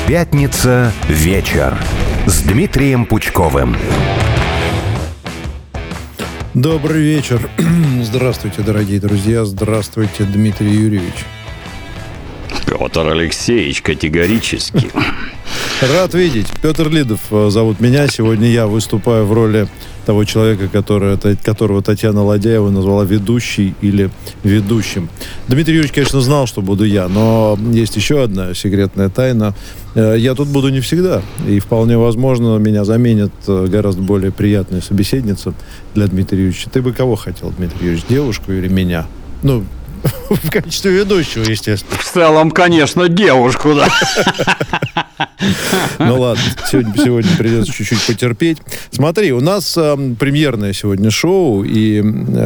Пятница вечер с Дмитрием Пучковым. Добрый вечер. Здравствуйте, дорогие друзья. Здравствуйте, Дмитрий Юрьевич. Петр Алексеевич, категорически. Рад видеть. Петр Лидов зовут меня. Сегодня я выступаю в роли того человека, которого Татьяна Ладяева назвала ведущий или ведущим. Дмитрий Юрьевич, конечно, знал, что буду я, но есть еще одна секретная тайна. Я тут буду не всегда, и вполне возможно, меня заменит гораздо более приятная собеседница для Дмитрия Юрьевича. Ты бы кого хотел, Дмитрий Юрьевич, девушку или меня? Ну, в качестве ведущего, естественно. В целом, конечно, девушку, да. Ну ладно, сегодня придется чуть-чуть потерпеть. Смотри, у нас премьерное сегодня шоу, и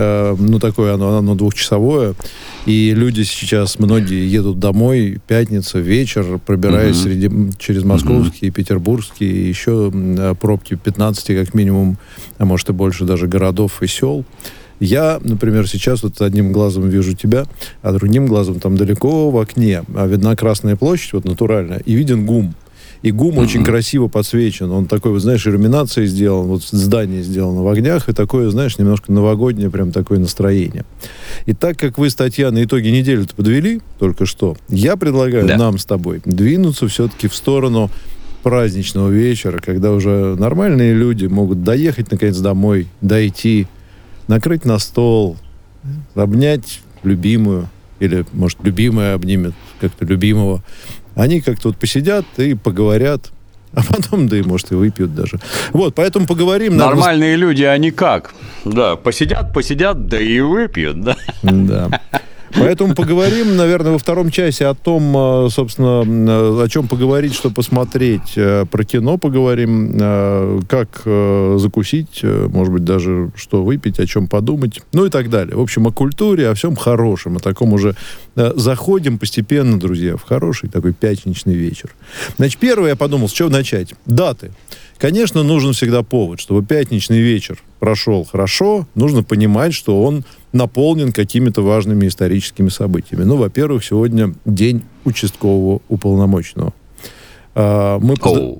такое оно двухчасовое, и люди сейчас, многие едут домой, пятница, вечер, пробираясь через московские, петербургские, и еще пробки 15 как минимум, а может и больше даже городов и сел. Я, например, сейчас вот одним глазом вижу тебя, а другим глазом там далеко в окне, а видна Красная площадь, вот натуральная, и виден ГУМ. И ГУМ очень красиво подсвечен. Он такой, вот, знаешь, иллюминацией сделан, вот здание сделано в огнях, и такое, знаешь, немножко новогоднее прям такое настроение. И так как вы с Татьяной итоги недели-то подвели только что, я предлагаю нам с тобой двинуться все-таки в сторону праздничного вечера, когда уже нормальные люди могут доехать, наконец, домой, дойти, накрыть на стол, обнять любимую, или, может, любимая обнимет как-то любимого. Они как-то вот посидят и поговорят, а потом, да и, может, и выпьют даже. Вот, поэтому поговорим. Нормальные люди, они как? Да, посидят, да и выпьют, да? Да. Поэтому поговорим, наверное, во втором часе о том, собственно, о чем поговорить, что посмотреть. Про кино поговорим, как закусить, может быть, даже что выпить, о чем подумать, ну и так далее. В общем, о культуре, о всем хорошем, о таком уже заходим постепенно, друзья, в хороший такой пятничный вечер. Значит, первое я подумал, с чего начать? Даты. Конечно, нужен всегда повод, чтобы пятничный вечер прошел хорошо, нужно понимать, что он наполнен какими-то важными историческими событиями. Ну, во-первых, сегодня день участкового уполномоченного. Мы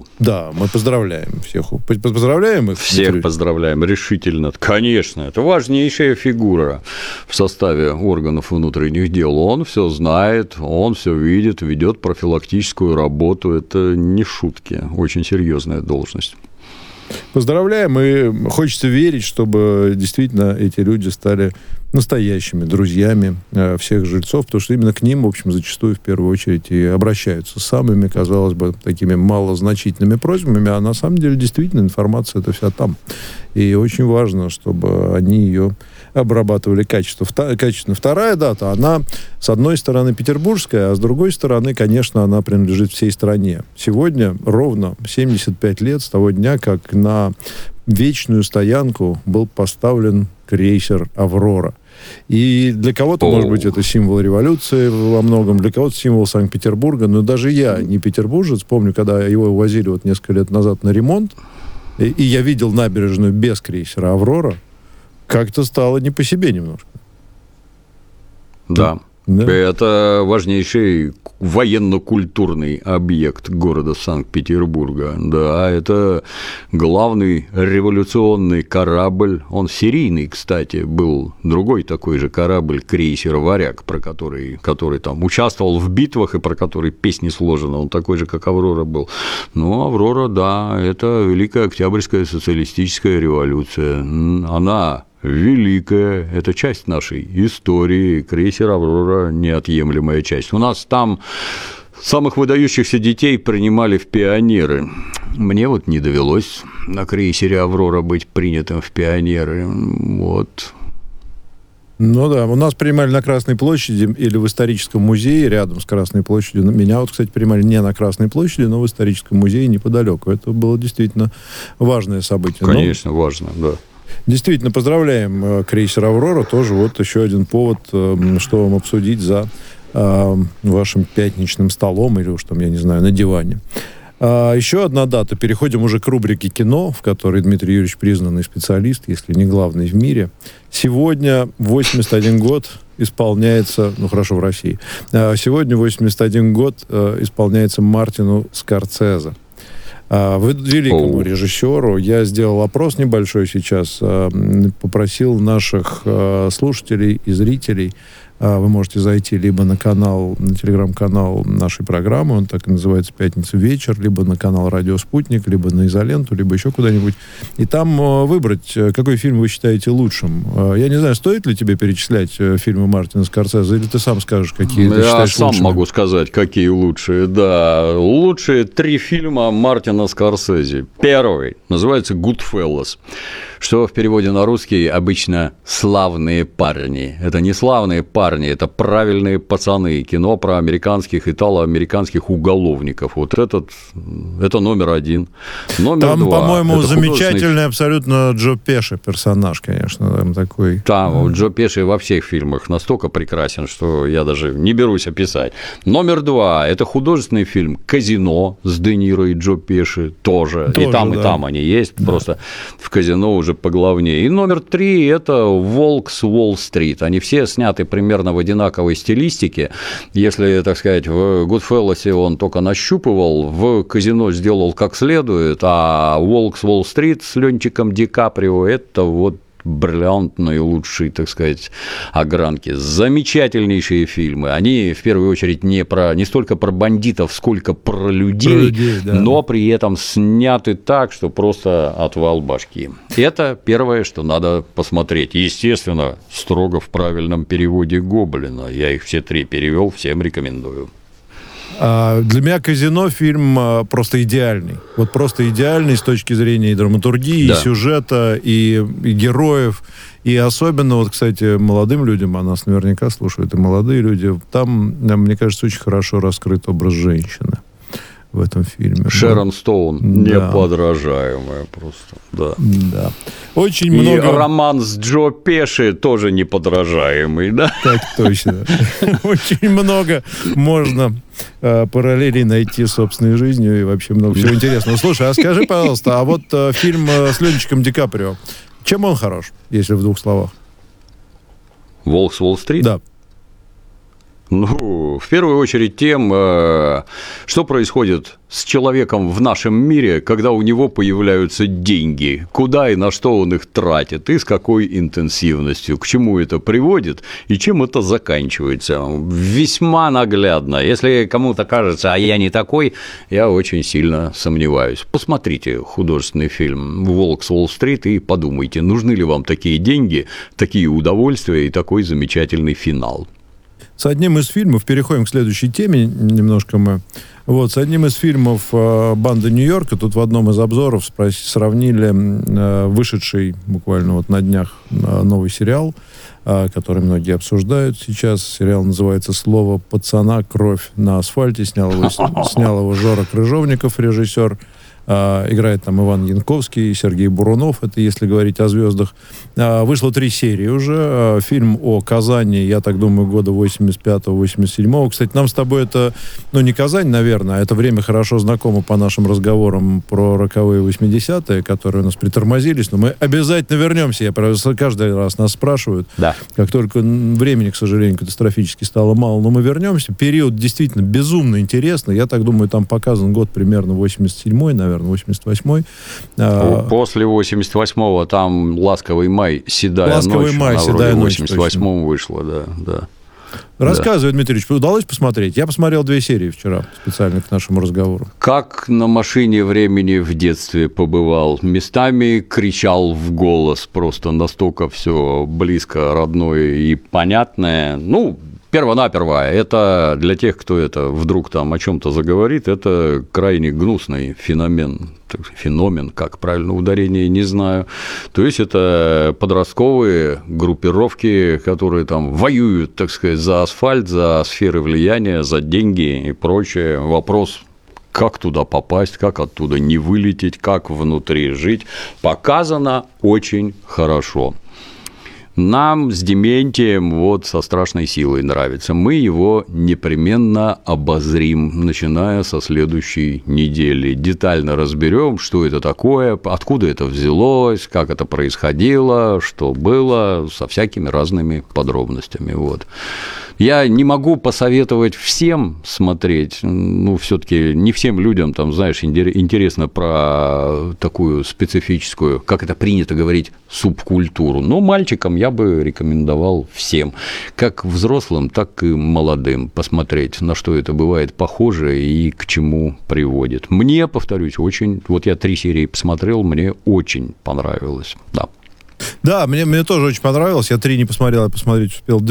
поздравляем всех. Поздравляем их? Всех поздравляем, решительно. Конечно, это важнейшая фигура в составе органов внутренних дел. Он все знает, он все видит, ведет профилактическую работу. Это не шутки, очень серьезная должность. Поздравляем, и хочется верить, чтобы действительно эти люди стали настоящими друзьями всех жильцов, потому что именно к ним, в общем, зачастую в первую очередь и обращаются с самыми, казалось бы, такими малозначительными просьбами, а на самом деле действительно информация это вся там. И очень важно, чтобы они ее обрабатывали качественно. Вторая дата, она, с одной стороны, петербургская, а с другой стороны, конечно, она принадлежит всей стране. Сегодня ровно 75 лет с того дня, как на вечную стоянку был поставлен крейсер «Аврора». И для кого-то, может быть, это символ революции во многом, для кого-то символ Санкт-Петербурга, но даже я, не петербуржец, помню, когда его увозили вот несколько лет назад на ремонт, и я видел набережную без крейсера «Аврора», как-то стало не по себе немножко. Да. Это важнейший военно-культурный объект города Санкт-Петербурга. Да, это главный революционный корабль. Он серийный, кстати, был другой такой же корабль, крейсер «Варяг», про который там участвовал в битвах и про который песни сложены. Он такой же, как «Аврора» был. Но «Аврора», да, это Великая Октябрьская социалистическая революция. Она великая, это часть нашей истории, крейсер «Аврора» – неотъемлемая часть. У нас там самых выдающихся детей принимали в пионеры. Мне вот не довелось на крейсере «Аврора» быть принятым в пионеры. Вот. Ну да, у нас принимали на Красной площади или в историческом музее рядом с Красной площадью. Меня вот, кстати, принимали не на Красной площади, но в историческом музее неподалеку. Это было действительно важное событие. Конечно, важно, да. Действительно, поздравляем крейсер «Аврора». Тоже вот еще один повод, что вам обсудить за вашим пятничным столом или уж там, я не знаю, на диване. Еще одна дата. Переходим уже к рубрике «Кино», в которой Дмитрий Юрьевич признанный специалист, если не главный в мире. Сегодня 81 год исполняется, ну хорошо, в России. Сегодня 81 год исполняется Мартину Скорсезе. Великому режиссеру. Я сделал опрос небольшой сейчас, попросил наших слушателей и зрителей. Вы можете зайти либо на канал, на телеграм-канал нашей программы, он так и называется «Пятница вечер», либо на канал «Радио Спутник», либо на «Изоленту», либо еще куда-нибудь. И там выбрать, какой фильм вы считаете лучшим. Я не знаю, стоит ли тебе перечислять фильмы Мартина Скорсезе, или ты сам скажешь, какие ты считаешь лучшими? Я сам могу сказать, какие лучшие. Да, лучшие 3 фильма Мартина Скорсезе. Первый называется «Goodfellas», что в переводе на русский обычно «славные парни». Это не славные парни, это правильные пацаны. Кино про американских, итало-американских уголовников. Вот это номер 1. Номер там, 2. По-моему, замечательный абсолютно Джо Пеши персонаж, конечно. Там такой. Там Джо Пеши во всех фильмах настолько прекрасен, что я даже не берусь описать. Номер 2 – это художественный фильм «Казино» с Де Ниро и Джо Пеши тоже. И там они есть. Да. Просто в «Казино» уже поглавнее. И номер 3 – это «Волк с Уолл-стрит». Они все сняты примерно в одинаковой стилистике. Если, так сказать, в «Гудфелласе» он только нащупывал, в «Казино» сделал как следует, а «Волк с Уолл-стрит» с Леончиком Ди Каприо – это вот бриллиантные, лучшие, так сказать, огранки. Замечательнейшие фильмы. Они, в первую очередь, не столько про бандитов, сколько про людей, да. Но при этом сняты так, что просто отвал башки. Это первое, что надо посмотреть. Естественно, строго в правильном переводе Гоблина. Я их все 3 перевел, всем рекомендую. Для меня «Казино» фильм просто идеальный. Вот просто идеальный с точки зрения и драматургии, да. И сюжета, и героев. И особенно, вот, кстати, молодым людям, а нас наверняка слушают и молодые люди, там, мне кажется, очень хорошо раскрыт образ женщины в этом фильме. Шерон Стоун, неподражаемая просто. Да. Да. Очень и много... роман с Джо Пеши тоже неподражаемый, да? Так точно. Очень много можно параллелей найти с собственной жизнью и вообще много всего интересного. Слушай, а скажи, пожалуйста, а вот фильм с Леончиком Ди Каприо, чем он хорош, если в 2 словах? «Волк с Уолл-стрит»? Да. Ну, в первую очередь тем, что происходит с человеком в нашем мире, когда у него появляются деньги, куда и на что он их тратит, и с какой интенсивностью, к чему это приводит и чем это заканчивается. Весьма наглядно. Если кому-то кажется, а я не такой, я очень сильно сомневаюсь. Посмотрите художественный фильм «Волк с Уолл-стрит» и подумайте, нужны ли вам такие деньги, такие удовольствия и такой замечательный финал. С одним из фильмов, переходим к следующей теме немножко мы. Вот, с одним из фильмов «Банда Нью-Йорка», тут в одном из обзоров сравнили вышедший буквально вот на днях новый сериал, который многие обсуждают сейчас. Сериал называется «Слово пацана. Кровь на асфальте». Снял его Жора Крыжовников, режиссер. Играет там Иван Янковский, Сергей Бурунов, это если говорить о звездах. Вышло 3 серии уже. Фильм о Казани, я так думаю, года 85-87. Кстати, нам с тобой это, не Казань, наверное, а это время хорошо знакомо по нашим разговорам про роковые 80-е, которые у нас притормозились, но мы обязательно вернемся. Каждый раз нас спрашивают. Да. Как только времени, к сожалению, катастрофически стало мало, но мы вернемся. Период действительно безумно интересный. Я так думаю, там показан год примерно 87-й, наверное, 88-й. После 88-го там «Ласковый май», «Седая ночь». «Ласковый май», «Седая ночь». В 88-м вышло, да. Рассказывай, Дмитрий Ильич, удалось посмотреть? Я посмотрел 2 серии вчера, специально к нашему разговору. Как на машине времени в детстве побывал. Местами кричал в голос, просто настолько все близко, родное и понятное. Перво-наперво, это для тех, кто это вдруг там о чем-то заговорит, это крайне гнусный феномен, как правильно ударение, не знаю. То есть это подростковые группировки, которые там воюют, так сказать, за асфальт, за сферы влияния, за деньги и прочее. Вопрос, как туда попасть, как оттуда не вылететь, как внутри жить, показано очень хорошо. нам с Дементием вот со страшной силой нравится. Мы его непременно обозрим, начиная со следующей недели. Детально разберем, что это такое, откуда это взялось, как это происходило, что было, со всякими разными подробностями. Вот. Я не могу посоветовать всем смотреть, ну, все-таки не всем людям, там, знаешь, интересно про такую специфическую, как это принято говорить, субкультуру. Но мальчикам я бы рекомендовал всем, как взрослым, так и молодым, посмотреть, на что это бывает похоже и к чему приводит. Мне, повторюсь, очень, вот я 3 серии посмотрел, мне очень понравилось, да. Да, мне тоже очень понравилось. Я 3 не посмотрел, я посмотреть успел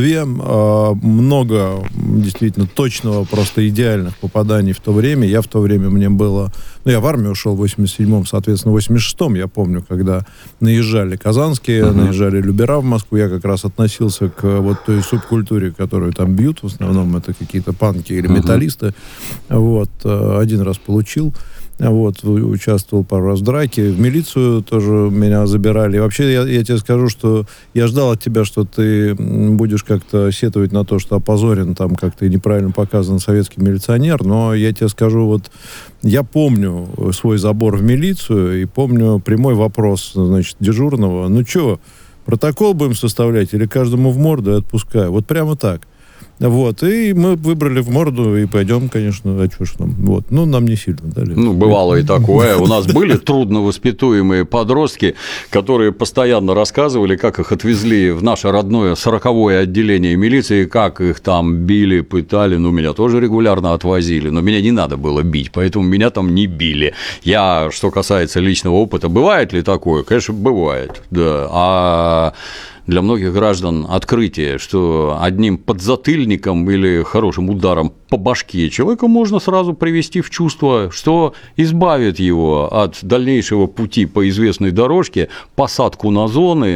2. Много действительно точного, просто идеальных попаданий в то время. Я в то время, мне было... Ну, я в армию ушел в 87-м, соответственно, в 86-м, я помню, когда наезжали казанские, наезжали любера в Москву, я как раз относился к вот той субкультуре, которую там бьют, в основном это какие-то панки или металлисты. Вот, 1 раз получил. Вот, участвовал пару раз в драке. В милицию тоже меня забирали. Вообще, я тебе скажу, что я ждал от тебя, что ты будешь как-то сетовать на то, что опозорен, там как-то неправильно показан советский милиционер, но я тебе скажу, вот я помню свой забор в милицию и помню прямой вопрос, значит, дежурного. Ну что, протокол будем составлять или каждому в морду и отпускаю? Вот прямо так. Вот, и мы выбрали в морду, и пойдем, конечно, а чё ж нам, вот, ну, нам не сильно дали. Ну, бывало и такое, у нас были трудновоспитуемые подростки, которые постоянно рассказывали, как их отвезли в наше родное 40-е отделение милиции, как их там били, пытали, ну, меня тоже регулярно отвозили, но меня не надо было бить, поэтому меня там не били. Я, что касается личного опыта, бывает ли такое? Конечно, бывает, да, а... Для многих граждан открытие, что одним подзатыльником или хорошим ударом по башке человека можно сразу привести в чувство, что избавит его от дальнейшего пути по известной дорожке, посадку на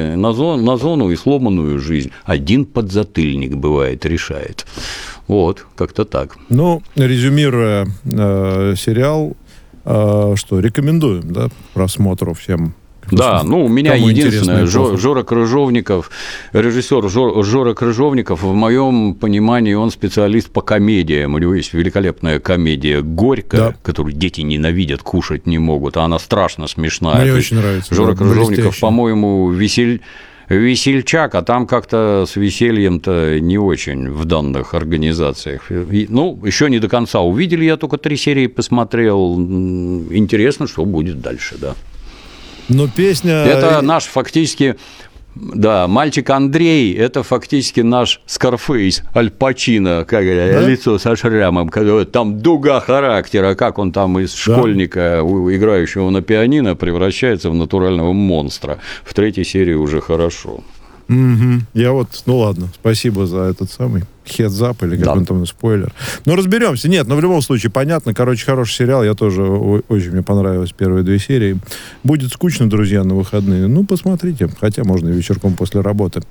зону и сломанную жизнь. Один подзатыльник, бывает, решает. Вот, как-то так. Ну, резюмируя сериал, что рекомендуем, да, к просмотру всем. Да, ну, у меня единственное, Жора Крыжовников, режиссер Жора Крыжовников, в моем понимании, он специалист по комедиям. У него есть великолепная комедия «Горько», да, которую дети ненавидят, кушать не могут, а она страшно смешная. Мне очень нравится. Жора Крыжовников, по-моему, весельчак, а там как-то с весельем-то не очень в данных организациях. Ну, еще не до конца увидели, я только 3 серии посмотрел. Интересно, что будет дальше, да. Но песня... Это наш фактически... Да, мальчик Андрей – это фактически наш Скарфейс, Аль Пачино, как говорят, лицо со шрамом, когда там дуга характера, как он там из школьника, играющего на пианино, превращается в натурального монстра. В 3-й серии уже хорошо. Угу. Я вот, ну ладно, спасибо за этот самый хедзап или как он там, спойлер. Ну, разберемся. Нет, но в любом случае, понятно. Короче, хороший сериал. Я тоже очень мне понравились первые 2 серии. Будет скучно, друзья, на выходные. Ну, посмотрите. Хотя можно и вечерком после работы.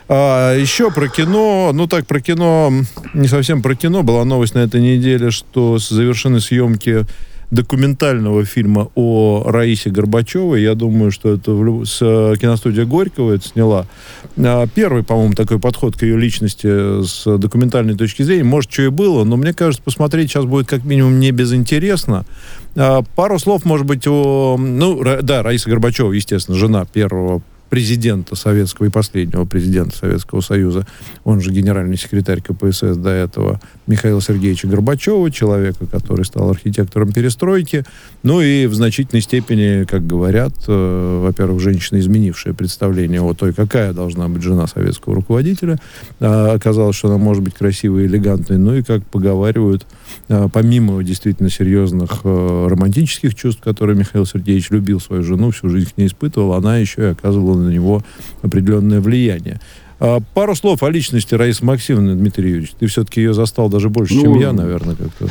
Еще про кино. Ну, так, про кино, не совсем про кино. Была новость на этой неделе, что завершены съемки документального фильма о Раисе Горбачевой. Я думаю, что это с киностудия Горького это сняла. Первый, по-моему, такой подход к ее личности с документальной точки зрения. Может, что и было, но мне кажется, посмотреть сейчас будет как минимум не безинтересно. Пару слов, может быть, о... Ну, да, Раиса Горбачева, естественно, жена первого президента советского и последнего президента Советского Союза, он же генеральный секретарь КПСС до этого, Михаила Сергеевича Горбачева, человека, который стал архитектором перестройки, ну и в значительной степени, как говорят, во-первых, женщина, изменившая представление о той, какая должна быть жена советского руководителя, оказалось, что она может быть красивой и элегантной, ну и, как поговаривают, помимо действительно серьезных романтических чувств, которые Михаил Сергеевич любил свою жену, всю жизнь к ней испытывал, она еще и оказывала на него определенное влияние. Пару слов о личности Раисы Максимовны, Дмитрий Юрьевич. Ты все-таки ее застал даже больше, чем я, наверное, как-то.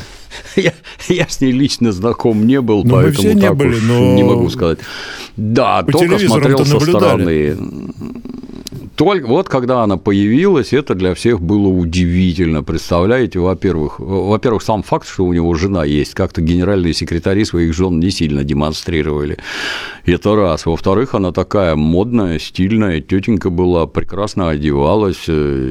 Я с ней лично знаком не был, но поэтому мы все так не были, уж но... не могу сказать. Да, только смотрел со стороны. Только вот когда она появилась, это для всех было удивительно. Представляете, во-первых, сам факт, что у него жена есть, как-то генеральные секретари своих жен не сильно демонстрировали. Это раз. Во-вторых, она такая модная, стильная тетенька была, прекрасно одевалась,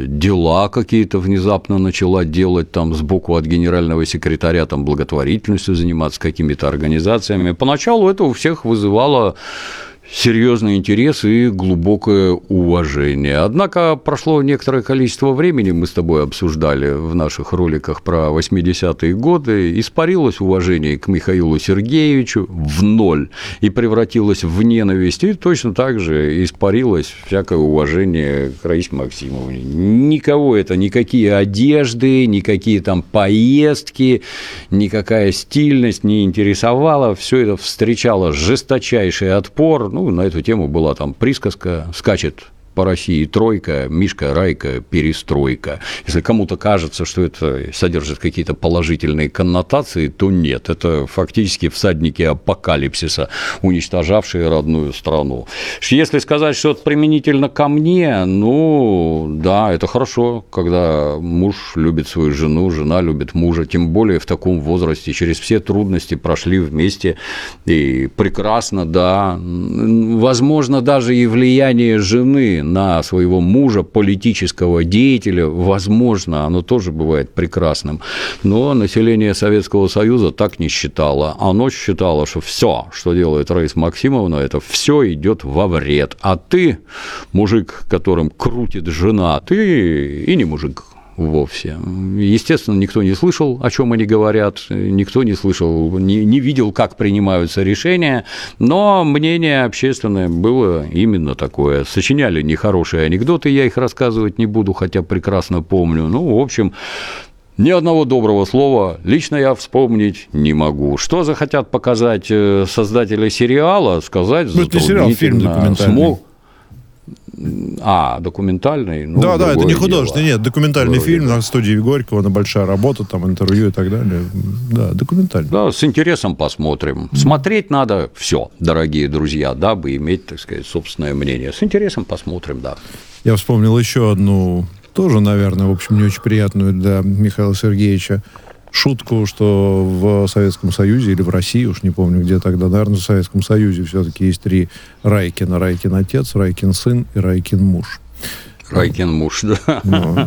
дела какие-то внезапно начала делать там сбоку от генерального секретаря, там благотворительностью заниматься, какими-то организациями. Поначалу это у всех вызывало серьезный интерес и глубокое уважение. Однако прошло некоторое количество времени, мы с тобой обсуждали в наших роликах про 80-е годы, испарилось уважение к Михаилу Сергеевичу в ноль и превратилось в ненависть, и точно так же испарилось всякое уважение к Раисе Максимовне. Никого это, никакие одежды, никакие там поездки, никакая стильность не интересовала, все это встречало жесточайший отпор. Ну, на эту тему была там присказка «Скачет по России тройка, Мишка, Райка, перестройка». Если кому-то кажется, что это содержит какие-то положительные коннотации, то нет. Это фактически всадники апокалипсиса, уничтожавшие родную страну. Если сказать что-то применительно ко мне, ну, да, это хорошо, когда муж любит свою жену, жена любит мужа, тем более в таком возрасте, через все трудности прошли вместе, и прекрасно, да. Возможно, даже и влияние жены на своего мужа, политического деятеля, возможно, оно тоже бывает прекрасным. Но население Советского Союза так не считало. Оно считало, что все, что делает Раиса Максимовна, это все идет во вред. А ты, мужик, которым крутит жена, ты и не мужик вовсе. Естественно, никто не слышал, о чем они говорят, никто не слышал, не видел, как принимаются решения, но мнение общественное было именно такое. Сочиняли нехорошие анекдоты, я их рассказывать не буду, хотя прекрасно помню. Ну, в общем, ни одного доброго слова лично я вспомнить не могу. Что захотят показать создатели сериала, сказать затруднительно. Это сериал, фильм документальный. Документальный. Ну, да, это не художественный, дело. Нет, документальный Вроде фильм на студии Горького, на большая работа, там интервью и так далее. Да, документальный. Да, с интересом посмотрим. Смотреть надо все, дорогие друзья, дабы иметь, так сказать, собственное мнение. С интересом посмотрим, да. Я вспомнил еще одну, тоже, наверное, в общем, не очень приятную для Михаила Сергеевича шутку, что в Советском Союзе или в России, уж не помню, где тогда, наверное, в Советском Союзе все-таки есть 3 Райкина. Райкин отец, Райкин сын и Райкин муж. Райкин муж, да.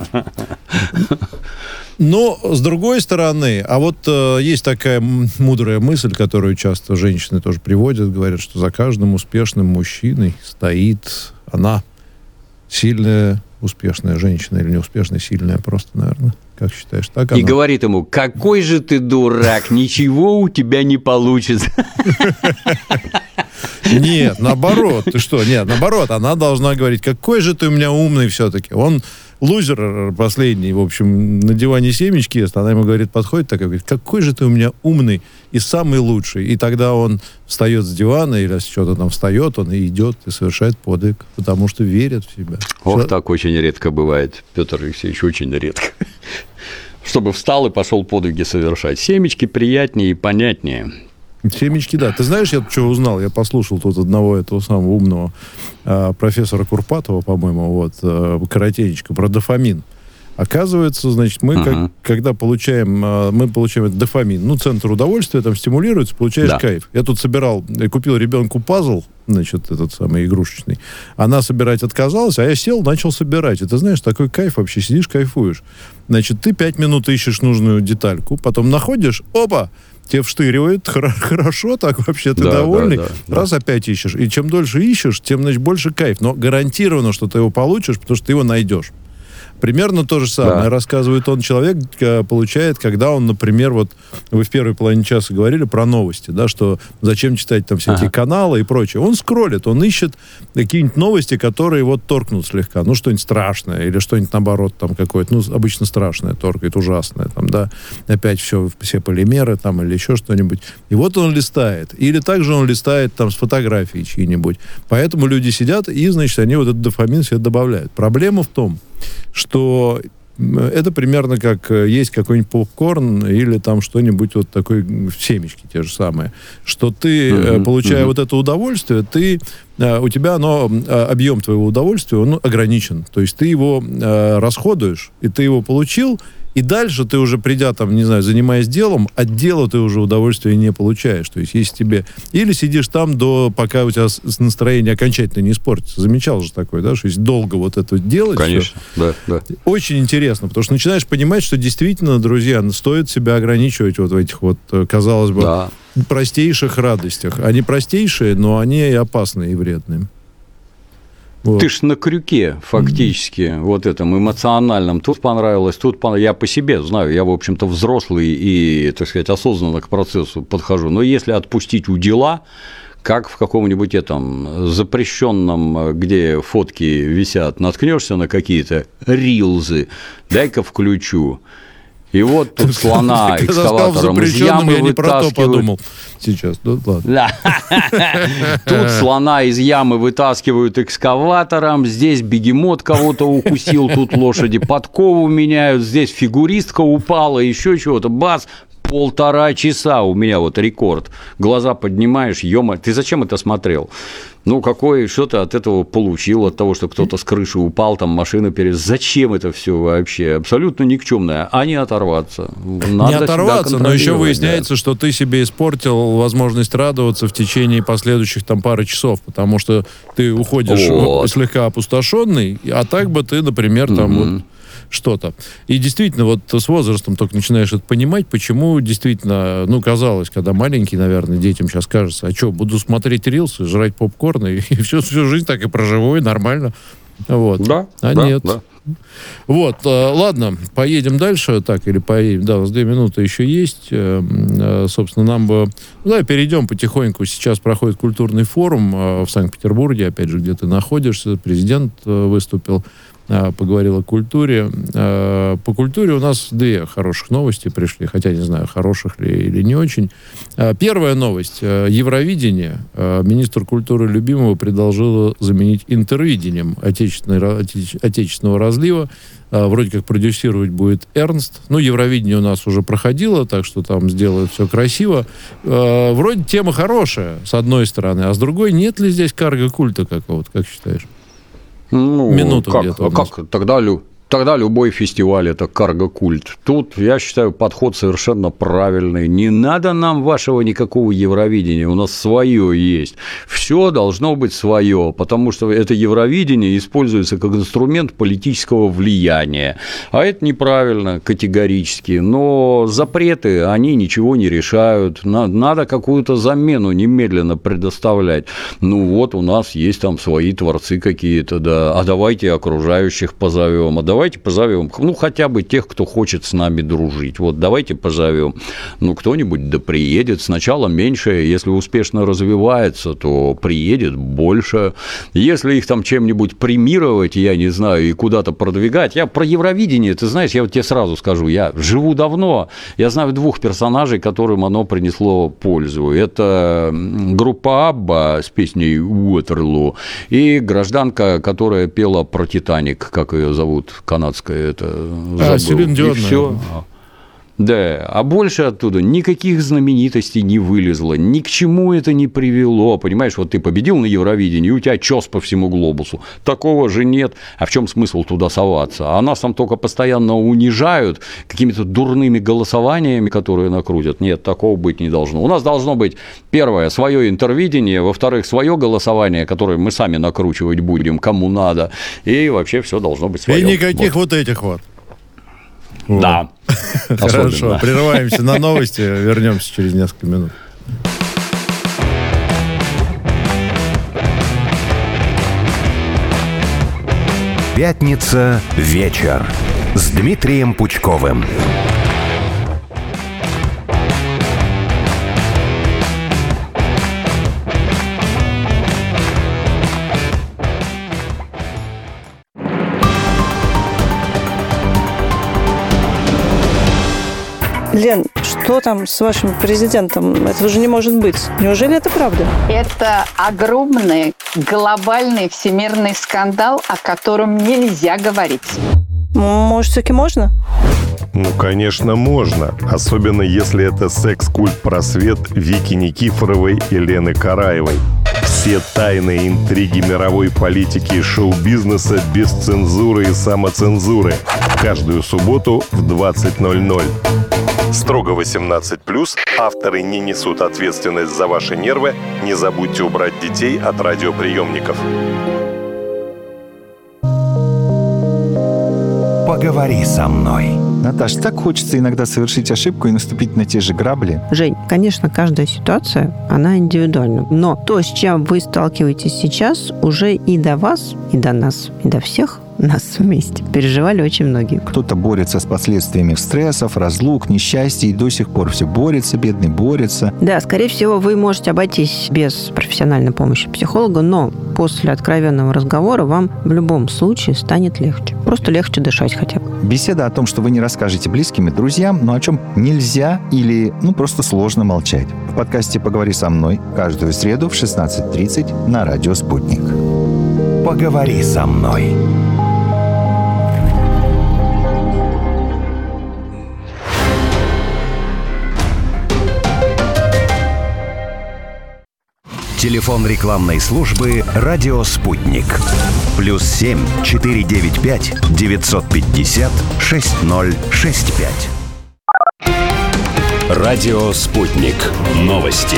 Но, с другой стороны, а вот есть такая мудрая мысль, которую часто женщины тоже приводят, говорят, что за каждым успешным мужчиной стоит она, сильная, успешная женщина, или неуспешная, сильная просто, наверное. Как считаешь, так она? И говорит ему: какой же ты дурак, ничего у тебя не получится. Нет, наоборот, ты что? Нет, наоборот, она должна говорить: какой же ты у меня умный все-таки. Он лузер последний, в общем, на диване семечки ест. Она ему говорит, подходит такая, говорит: какой же ты у меня умный и самый лучший. И тогда он встает с дивана или с чего-то там встает, он и идет и совершает подвиг, потому что верит в себя. Ох, так очень редко бывает, Петр Алексеевич, очень редко. Чтобы встал и пошел подвиги совершать. Семечки приятнее и понятнее. Семечки, да. Ты знаешь, я что узнал? Я послушал тут одного этого самого умного профессора Курпатова, по-моему, коротенечко, про дофамин. Оказывается, значит, мы, когда получаем этот дофамин, центр удовольствия там стимулируется, получаешь кайф. Я тут купил ребенку пазл, значит, этот самый игрушечный. Она собирать отказалась, а я сел, начал собирать. И ты знаешь, такой кайф вообще, сидишь, кайфуешь. Значит, ты 5 минут ищешь нужную детальку, потом находишь, опа, тебе вштыривает, хорошо, так вообще ты довольный. Раз опять ищешь. И чем дольше ищешь, тем, значит, больше кайф. Но гарантированно, что ты его получишь, потому что ты его найдешь. Примерно то же самое, рассказывает он, человек получает, когда он, например, вот вы в первой половине часа говорили про новости, да, что зачем читать там всякие каналы и прочее. Он скроллит, он ищет какие-нибудь новости, которые вот торкнут слегка, что-нибудь страшное или что-нибудь наоборот там какое-то, обычно страшное торкает, ужасное там, да, опять все полимеры там или еще что-нибудь. И вот он листает. Или также он листает там с фотографией чьи-нибудь. Поэтому люди сидят и, значит, они вот этот дофамин себе добавляют. Проблема в том, что это примерно как есть какой-нибудь попкорн или там что-нибудь вот такое, семечки те же самые. Что ты, получая вот это удовольствие, у тебя объем твоего удовольствия, он ограничен. То есть ты его расходуешь, и ты его получил, и дальше ты уже, придя там, не знаю, занимаясь делом, от дела ты уже удовольствия не получаешь. То есть если тебе... Или сидишь там, пока у тебя настроение окончательно не испортится. Замечал же такое, да? Что если долго вот это делать... Конечно, все, да. Очень интересно, потому что начинаешь понимать, что действительно, друзья, стоит себя ограничивать вот в этих вот, казалось бы, простейших радостях. Они простейшие, но они и опасные, и вредные. Вот. Ты ж на крюке, фактически, вот этом эмоциональном. Тут понравилось, я по себе знаю, я, в общем-то, взрослый и, так сказать, осознанно к процессу подхожу. Но если отпустить удила, как в каком-нибудь запрещенном, где фотки висят, наткнешься на какие-то рилзы, дай-ка включу. И вот тут слона экскаватором из ямы я не про то подумал сейчас. Ну, ладно. Тут слона из ямы вытаскивают экскаватором, здесь бегемот кого-то укусил, тут лошади подкову меняют, здесь фигуристка упала, еще чего-то, бац, 1,5 часа у меня вот рекорд. Глаза поднимаешь, ты зачем это смотрел? Что ты от этого получил, от того, что кто-то с крыши упал, там машина Зачем это все вообще? Абсолютно никчемное. А не оторваться. Не оторваться, но еще выясняется, что ты себе испортил возможность радоваться в течение последующих пары часов, потому что ты уходишь слегка опустошенный, а так бы ты, например, что-то. И действительно, вот с возрастом только начинаешь это понимать, почему действительно, казалось, когда маленький, наверное, детям сейчас кажется, а что, буду смотреть рилсы, жрать попкорн, и всю жизнь так и проживу, и нормально. Вот. Да, нет. Да. Вот, ладно, поедем дальше, или поедем, у нас 2 минуты еще есть, собственно, нам бы, перейдем потихоньку, сейчас проходит культурный форум в Санкт-Петербурге, опять же, где ты находишься, президент выступил, поговорил о культуре. По культуре у нас 2 хороших новости пришли, хотя не знаю, хороших ли или не очень. Первая новость. Евровидение. Министр культуры Любимова предложила заменить интервидением отечественного разлива. Вроде как продюсировать будет Эрнст. Евровидение у нас уже проходило, так что там сделают все красиво. Вроде тема хорошая, с одной стороны, а с другой, нет ли здесь карго-культа какого-то, как считаешь? Минуту где-то. Тогда любой фестиваль – это карго-культ. Тут, я считаю, подход совершенно правильный. Не надо нам вашего никакого Евровидения, у нас свое есть. Все должно быть свое, потому что это Евровидение используется как инструмент политического влияния. А это неправильно категорически. Но запреты, они ничего не решают. Надо какую-то замену немедленно предоставлять. У нас есть там свои творцы какие-то, да. А давайте окружающих позовем, давайте позовем, хотя бы тех, кто хочет с нами дружить. Давайте позовем. Кто-нибудь приедет. Сначала меньше, если успешно развивается, то приедет больше. Если их там чем-нибудь премировать, я не знаю, и куда-то продвигать. Я про Евровидение, ты знаешь, я тебе сразу скажу, я живу давно, я знаю 2 персонажей, которым оно принесло пользу. Это группа Абба с песней «Уотерлу» и гражданка, которая пела про «Титаник», как ее зовут, канадская, это Селин Дион, и все. Да, а больше оттуда никаких знаменитостей не вылезло, ни к чему это не привело, понимаешь, ты победил на Евровидении, и у тебя чёс по всему глобусу, такого же нет, а в чем смысл туда соваться? А нас там только постоянно унижают какими-то дурными голосованиями, которые накрутят, нет, такого быть не должно. У нас должно быть, первое, свое интервидение, во-вторых, свое голосование, которое мы сами накручивать будем, кому надо, и вообще все должно быть свое. И никаких этих вот. Да. Хорошо, прерываемся на новости, вернемся через несколько минут. Пятница. Вечер с Дмитрием Пучковым. Лен, что там с вашим президентом? Этого же не может быть. Неужели это правда? Это огромный, глобальный, всемирный скандал, о котором нельзя говорить. Может, все-таки можно? Ну, конечно, можно. Особенно, если это секс-культ-просвет Вики Никифоровой и Лены Караевой. Все тайные интриги мировой политики и шоу-бизнеса без цензуры и самоцензуры. Каждую субботу в 20:00. Строго 18+. Авторы не несут ответственность за ваши нервы. Не забудьте убрать детей от радиоприемников. Поговори со мной. Наташ, так хочется иногда совершить ошибку и наступить на те же грабли. Жень, конечно, каждая ситуация, она индивидуальна. Но то, с чем вы сталкиваетесь сейчас, уже и до вас, и до нас, и до всех нас вместе переживали очень многие. Кто-то борется с последствиями стрессов, разлук, несчастья, и до сих пор все борется, бедный борется. Да, скорее всего, вы можете обойтись без профессиональной помощи психолога, но после откровенного разговора вам в любом случае станет легче. Просто легче дышать хотя бы. Беседа о том, что вы не расскажете близким и друзьям, но о чем нельзя или просто сложно молчать. В подкасте «Поговори со мной» каждую среду в 16:30 на радио «Спутник». Поговори со мной. Телефон рекламной службы «Радио Спутник». +7 495 950 6065. Радио Спутник. Новости.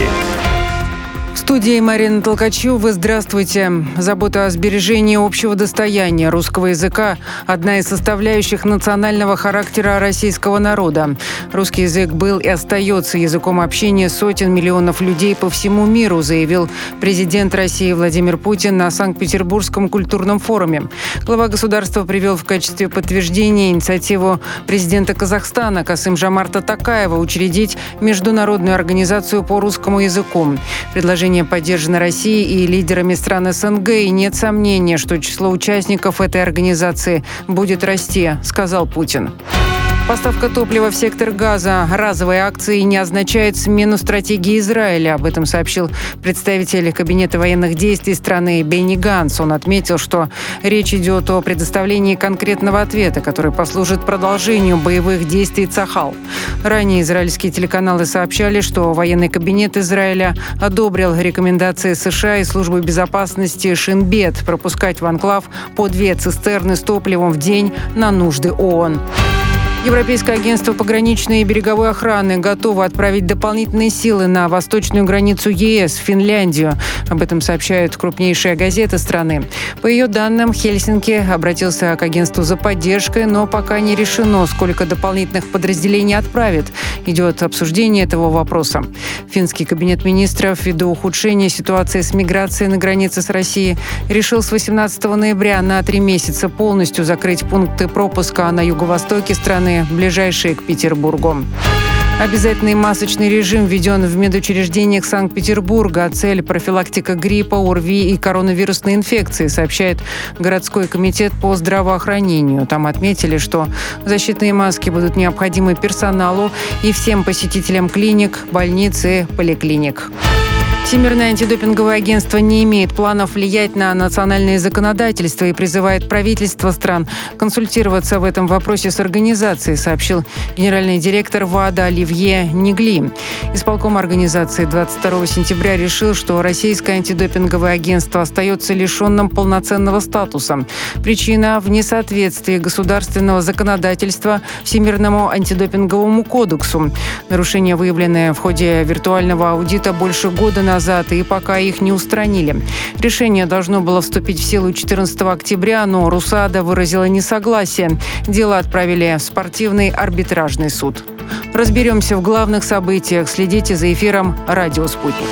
В студии Марина Толкачева. Здравствуйте. Забота о сбережении общего достояния русского языка – одна из составляющих национального характера российского народа. Русский язык был и остается языком общения сотен миллионов людей по всему миру, заявил президент России Владимир Путин на Санкт-Петербургском культурном форуме. Глава государства привел в качестве подтверждения инициативу президента Казахстана Касым-Жомарта Токаева учредить международную организацию по русскому языку. Предложение поддержано Россией и лидерами стран СНГ, и нет сомнения, что число участников этой организации будет расти, сказал Путин. Поставка топлива в сектор Газа разовой акции не означает смену стратегии Израиля. Об этом сообщил представитель Кабинета военных действий страны Бенни Ганц. Он отметил, что речь идет о предоставлении конкретного ответа, который послужит продолжению боевых действий Цахал. Ранее израильские телеканалы сообщали, что военный кабинет Израиля одобрил рекомендации США и службы безопасности Шин-Бет пропускать в анклав по 2 цистерны с топливом в день на нужды ООН. Европейское агентство пограничной и береговой охраны готово отправить дополнительные силы на восточную границу ЕС, Финляндию. Об этом сообщают крупнейшие газеты страны. По ее данным, Хельсинки обратился к агентству за поддержкой, но пока не решено, сколько дополнительных подразделений отправит. Идет обсуждение этого вопроса. Финский кабинет министров, ввиду ухудшения ситуации с миграцией на границе с Россией, решил с 18 ноября на 3 месяца полностью закрыть пункты пропуска на юго-востоке страны, ближайшие к Петербургу. Обязательный масочный режим введен в медучреждениях Санкт-Петербурга. Цель – профилактика гриппа, ОРВИ и коронавирусной инфекции, сообщает городской комитет по здравоохранению. Там отметили, что защитные маски будут необходимы персоналу и всем посетителям клиник, больниц и поликлиник. Всемирное антидопинговое агентство не имеет планов влиять на национальное законодательство и призывает правительства стран консультироваться в этом вопросе с организацией, сообщил генеральный директор ВАДА Оливье Нигли. Исполком организации 22 сентября решил, что российское антидопинговое агентство остается лишенным полноценного статуса. Причина – в несоответствии государственного законодательства Всемирному антидопинговому кодексу. Нарушения, выявленные в ходе виртуального аудита больше года назад, и пока их не устранили. Решение должно было вступить в силу 14 октября, но РУСАДА выразила несогласие. Дело отправили в спортивный арбитражный суд. Разберемся в главных событиях. Следите за эфиром «Радио Спутник».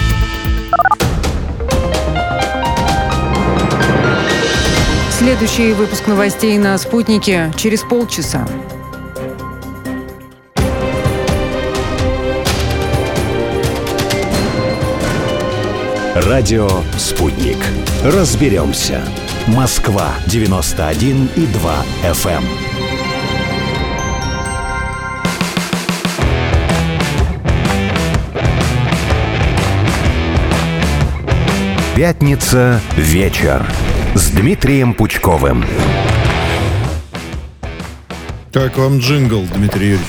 Следующий выпуск новостей на «Спутнике» через полчаса. Радио «Спутник». Разберемся. Москва 91,2 FM. Пятница. Вечер. С Дмитрием Пучковым. Как вам джингл, Дмитрий Юрьевич?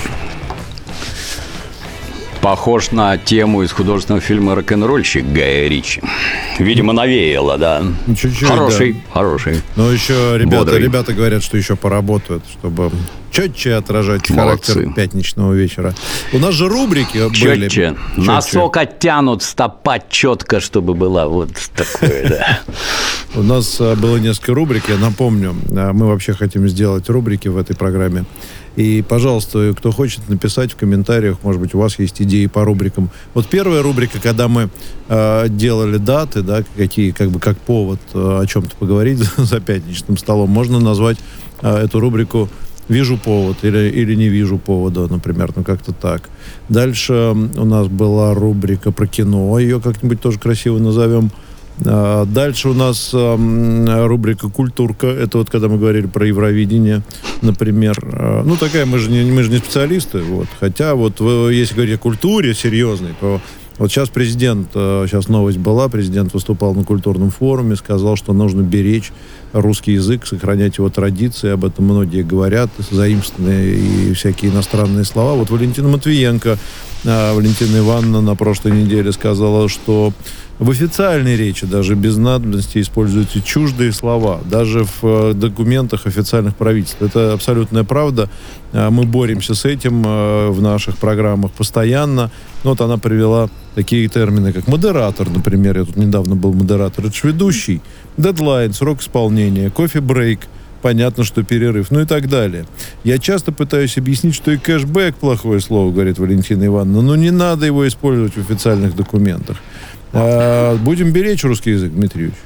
Похож на тему из художественного фильма «Рок-н-ролльщик» Гая Ричи. Видимо, навеяло, да. Чуть-чуть, хороший, да. Хороший. Но еще Бодрый. ребята говорят, что еще поработают, чтобы четче отражать Молодцы. характер пятничного вечера. У нас же рубрики были. Четче. Носок оттянут, стопа четко, чтобы была вот такое, да. У нас было несколько рубрик, я напомню. Мы вообще хотим сделать рубрики в этой программе. И, пожалуйста, кто хочет написать в комментариях, может быть, у вас есть идеи по рубрикам. Вот первая рубрика, когда мы делали даты, да, какие, как повод о чем-то поговорить за пятничным столом, можно назвать эту рубрику «Вижу повод» или «Не вижу повода», например, как-то так. Дальше у нас была рубрика про кино, ее как-нибудь тоже красиво назовем. Дальше у нас рубрика «Культурка». Это вот когда мы говорили про Евровидение, например. Ну, такая, мы же не специалисты. Вот. Хотя вот если говорить о культуре серьезной, то вот сейчас новость была, президент выступал на культурном форуме, сказал, что нужно беречь русский язык, сохранять его традиции. Об этом многие говорят, заимствованные и всякие иностранные слова. Вот Валентина Матвиенко, Валентина Ивановна на прошлой неделе сказала, что в официальной речи даже без надобности используются чуждые слова, даже в документах официальных правительств. Это абсолютная правда. Мы боремся с этим в наших программах постоянно. Вот она привела такие термины, как модератор, например. Я тут недавно был модератор. Это же ведущий. Дедлайн, срок исполнения, кофе-брейк. Понятно, что перерыв, ну и так далее. Я часто пытаюсь объяснить, что и кэшбэк плохое слово, говорит Валентина Ивановна, но не надо его использовать в официальных документах. Будем беречь русский язык, Дмитрий Юрьевич?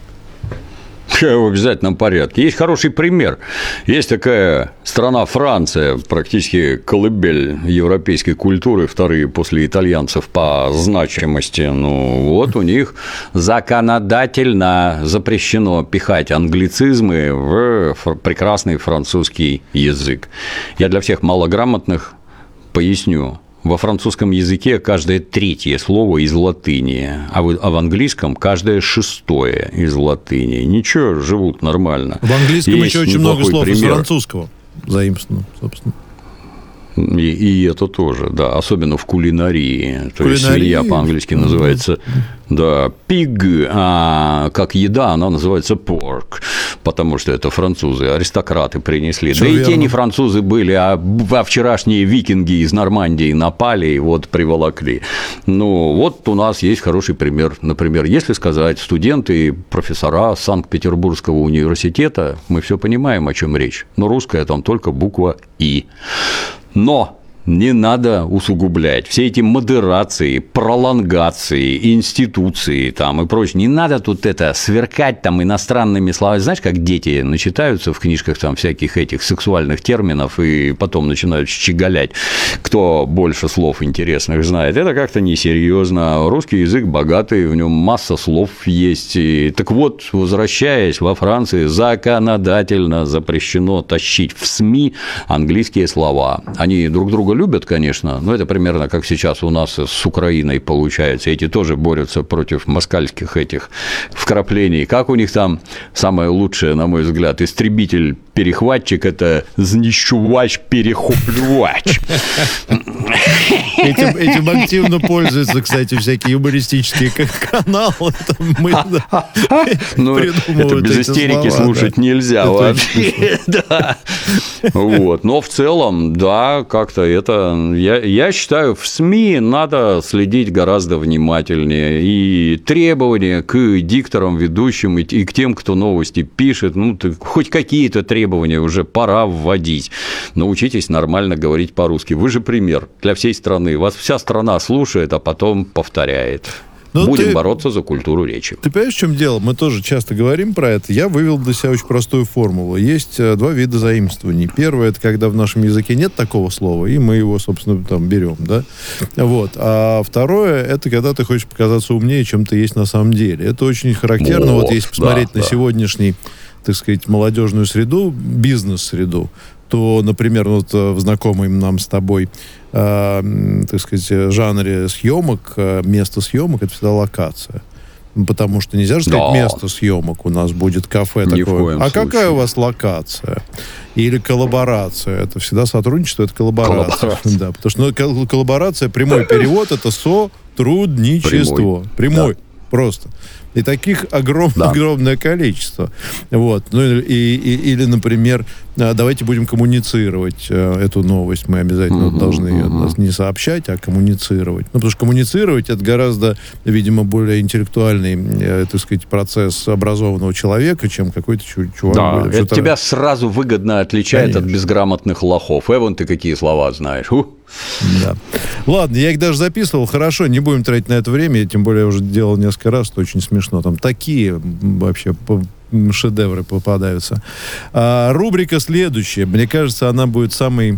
В обязательном порядке. Есть хороший пример. Есть такая страна Франция, практически колыбель европейской культуры, вторые после итальянцев по значимости. Ну, вот у них законодательно запрещено пихать англицизмы в прекрасный французский язык. Я для всех малограмотных поясню. Во французском языке каждое третье слово из латыни, а в английском каждое шестое из латыни. Ничего, живут нормально. В английском есть еще очень много слов пример. из французского заимствовано, собственно. И это тоже, да, особенно в кулинарии. То есть свинья по-английски называется, да, pig, а как еда она называется pork, потому что это французы, аристократы принесли. Всё да верно. И те не французы были, а вчерашние викинги из Нормандии напали и вот приволокли. Ну, вот у нас есть хороший пример. Например, если сказать студенты, профессора Санкт-Петербургского университета, мы все понимаем, о чем речь, но русская там только буква «и». Но не надо усугублять. Все эти модерации, пролонгации, институции там и прочее. Не надо тут это сверкать там иностранными словами. Знаешь, как дети начитаются в книжках там всяких этих сексуальных терминов и потом начинают щеголять, кто больше слов интересных знает. Это как-то несерьезно. Русский язык богатый, в нем масса слов есть. И, так вот, возвращаясь, во Франции законодательно запрещено тащить в СМИ английские слова. Они друг друга любят, конечно, но это примерно как сейчас у нас с Украиной получается. Эти тоже борются против москальских этих вкраплений. Как у них там самое лучшее, на мой взгляд, истребитель-перехватчик – это знищувач-перехоплювач. Этим активно пользуются, кстати, всякие юмористические каналы. Ну, это без истерики слушать нельзя вообще. Вот. Но в целом, да, как-то это... Я считаю, в СМИ надо следить гораздо внимательнее. И требования к дикторам, ведущим, и к тем, кто новости пишет, ну, хоть какие-то требования уже пора вводить. Научитесь нормально говорить по-русски. Вы же пример для всей страны. Вас вся страна слушает, а потом повторяет. Но будем бороться за культуру речи. Ты понимаешь, в чем дело? Мы тоже часто говорим про это. Я вывел для себя очень простую формулу. Есть два вида заимствований. Первое – это когда в нашем языке нет такого слова, и мы его, собственно, там берем, да? Вот. А второе – это когда ты хочешь показаться умнее, чем ты есть на самом деле. Это очень характерно. Вот если посмотреть на сегодняшний, так сказать, молодежную среду, бизнес-среду, то, например, вот в знакомом нам с тобой, так сказать, жанре съемок, место съемок – это всегда локация. Потому что нельзя же сказать, место съемок у нас будет кафе Ни такое. А какая у вас локация? Или коллаборация? Это всегда сотрудничество, это коллаборация. Да, потому что коллаборация, прямой перевод, это сотрудничество. Прямой. Просто. И таких огромное количество. Вот. Ну, или, например, давайте будем коммуницировать эту новость. Мы обязательно должны ее не сообщать, а коммуницировать. Ну, потому что коммуницировать — это гораздо, видимо, более интеллектуальный, так сказать, процесс образованного человека, чем какой-то чувак. Да, это тебя сразу выгодно отличает от безграмотных лохов. Вон ты какие слова знаешь. Да. Ладно, я их даже записывал. Хорошо, не будем тратить на это время. Я, тем более, уже делал несколько раз. Это очень смешно. Там такие вообще шедевры попадаются. Рубрика следующая. Мне кажется, она будет самый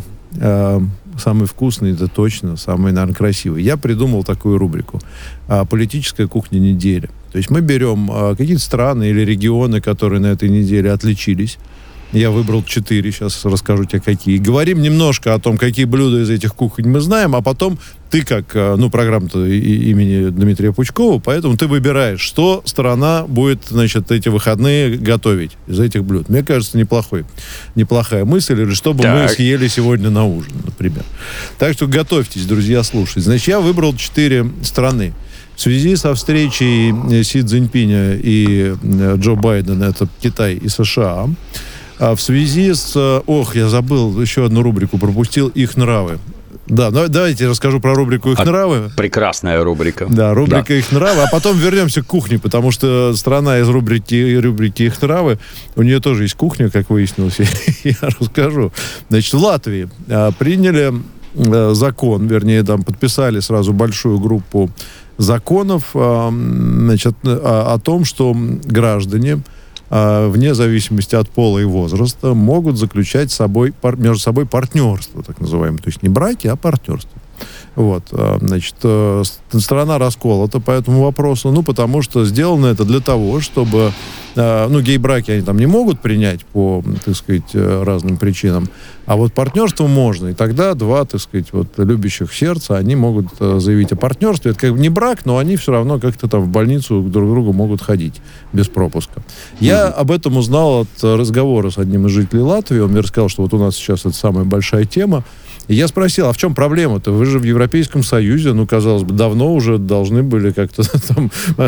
вкусный, это точно, самый, наверное, красивый. Я придумал такую рубрику. Политическая кухня недели. То есть мы берем какие-то страны или регионы, которые на этой неделе отличились. Я выбрал 4, сейчас расскажу тебе, какие. Говорим немножко о том, какие блюда из этих кухонь мы знаем, а потом ты, как, программа-то имени Дмитрия Пучкова, поэтому ты выбираешь, что страна будет, значит, эти выходные готовить из этих блюд. Мне кажется, неплохая мысль, или что бы мы съели сегодня на ужин, например. Так что готовьтесь, друзья, слушать. Значит, я выбрал 4 страны. В связи со встречей Си Цзиньпиня и Джо Байдена, это Китай и США, в связи с... я забыл, еще одну рубрику пропустил. «Их нравы». Да, давайте я расскажу про рубрику «Их нравы». Прекрасная рубрика. Да, рубрика «Их нравы». А потом вернемся к кухне, потому что страна из рубрики «Их нравы», у нее тоже есть кухня, как выяснилось. Я расскажу. Значит, в Латвии приняли закон, вернее, там подписали сразу большую группу законов, значит, о том, что граждане вне зависимости от пола и возраста могут заключать между собой партнерство, так называемое. То есть не браки, а партнерство. Вот, значит, страна расколота по этому вопросу, потому что сделано это для того, чтобы, гей-браки они там не могут принять по, так сказать, разным причинам, а вот партнерство можно, и тогда два, так сказать, любящих сердца, они могут заявить о партнерстве. Это как бы не брак, но они все равно как-то там в больницу друг к другу могут ходить без пропуска. Я об этом узнал от разговора с одним из жителей Латвии, он мне рассказал, что у нас сейчас это самая большая тема. И я спросил, а в чем проблема-то? Вы же в Европейском Союзе, казалось бы, давно уже должны были как-то там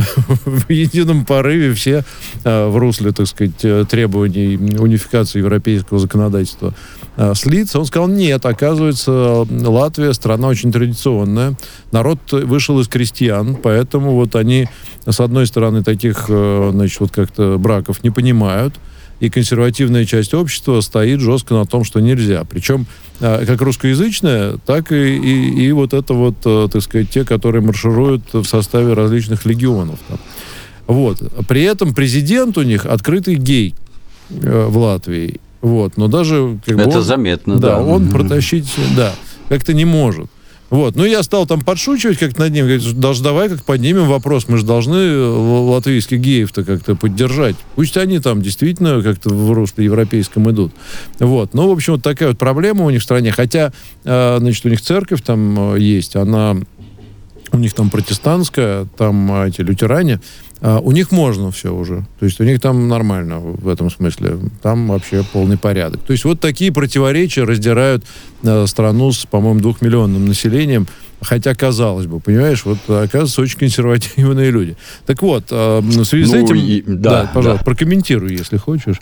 в едином порыве все в русле, так сказать, требований унификации европейского законодательства слиться. Он сказал, нет, оказывается, Латвия страна очень традиционная. Народ вышел из крестьян, поэтому они, с одной стороны, таких, значит, как-то браков не понимают, и консервативная часть общества стоит жестко на том, что нельзя. Причем как русскоязычная, так и так сказать, те, которые маршируют в составе различных легионов. При этом президент у них открытый гей в Латвии. Но даже... Это заметно, да. Он протащить, как-то не может. Я стал там подшучивать как-то над ним. Говорит, давай как поднимем вопрос. Мы же должны латвийских геев-то как-то поддержать. Пусть они там действительно как-то в русле европейском идут. В общем, такая проблема у них в стране. Хотя, значит, у них церковь там есть. Она у них там протестантская, там эти лютеране. У них можно все уже. То есть у них там нормально в этом смысле. Там вообще полный порядок. То есть такие противоречия раздирают страну с, по-моему, 2-миллионным населением. Хотя, казалось бы, понимаешь, оказывается, очень консервативные люди. Так в связи с этим... пожалуйста, прокомментируй, если хочешь.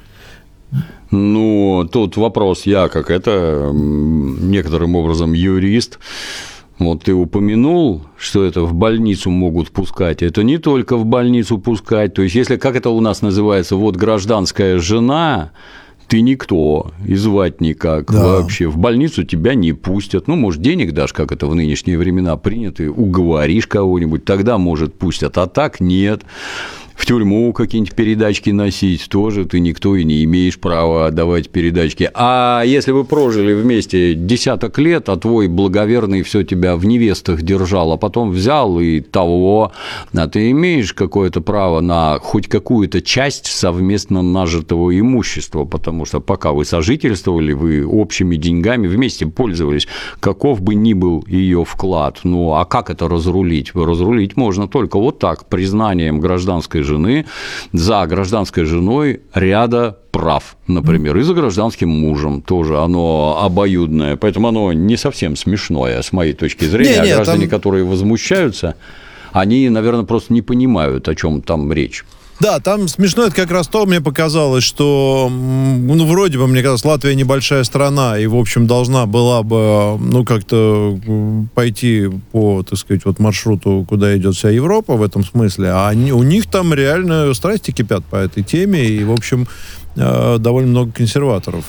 Тут вопрос. Я, как некоторым образом юрист, ты упомянул, что это в больницу могут пускать. Это не только в больницу пускать. То есть, если, как это у нас называется, гражданская жена, ты никто, и звать никак. Вообще в больницу тебя не пустят. Может, денег дашь, как это в нынешние времена принято, уговоришь кого-нибудь, тогда, может, пустят, а так нет. в тюрьму какие-нибудь передачки носить, тоже ты никто и не имеешь права отдавать передачки. А если вы прожили вместе десяток лет, а твой благоверный все тебя в невестах держал, а потом взял и того, а ты имеешь какое-то право на хоть какую-то часть совместно нажитого имущества, потому что пока вы сожительствовали, вы общими деньгами вместе пользовались, каков бы ни был ее вклад. Ну, а как это разрулить? Разрулить можно только вот так, признанием гражданской жены за гражданской женой ряда прав, например, и за гражданским мужем тоже оно обоюдное, поэтому оно не совсем смешное, с моей точки зрения, а граждане, которые возмущаются, они, наверное, просто не понимают, о чем там речь. Да, там смешно, это как раз то, мне показалось, что, ну, вроде бы, мне казалось, Латвия небольшая страна, и, в общем, должна была бы, ну, как-то пойти по, так сказать, вот маршруту, куда идет вся Европа в этом смысле, а у них там реально страсти кипят по этой теме, и, в общем, довольно много консерваторов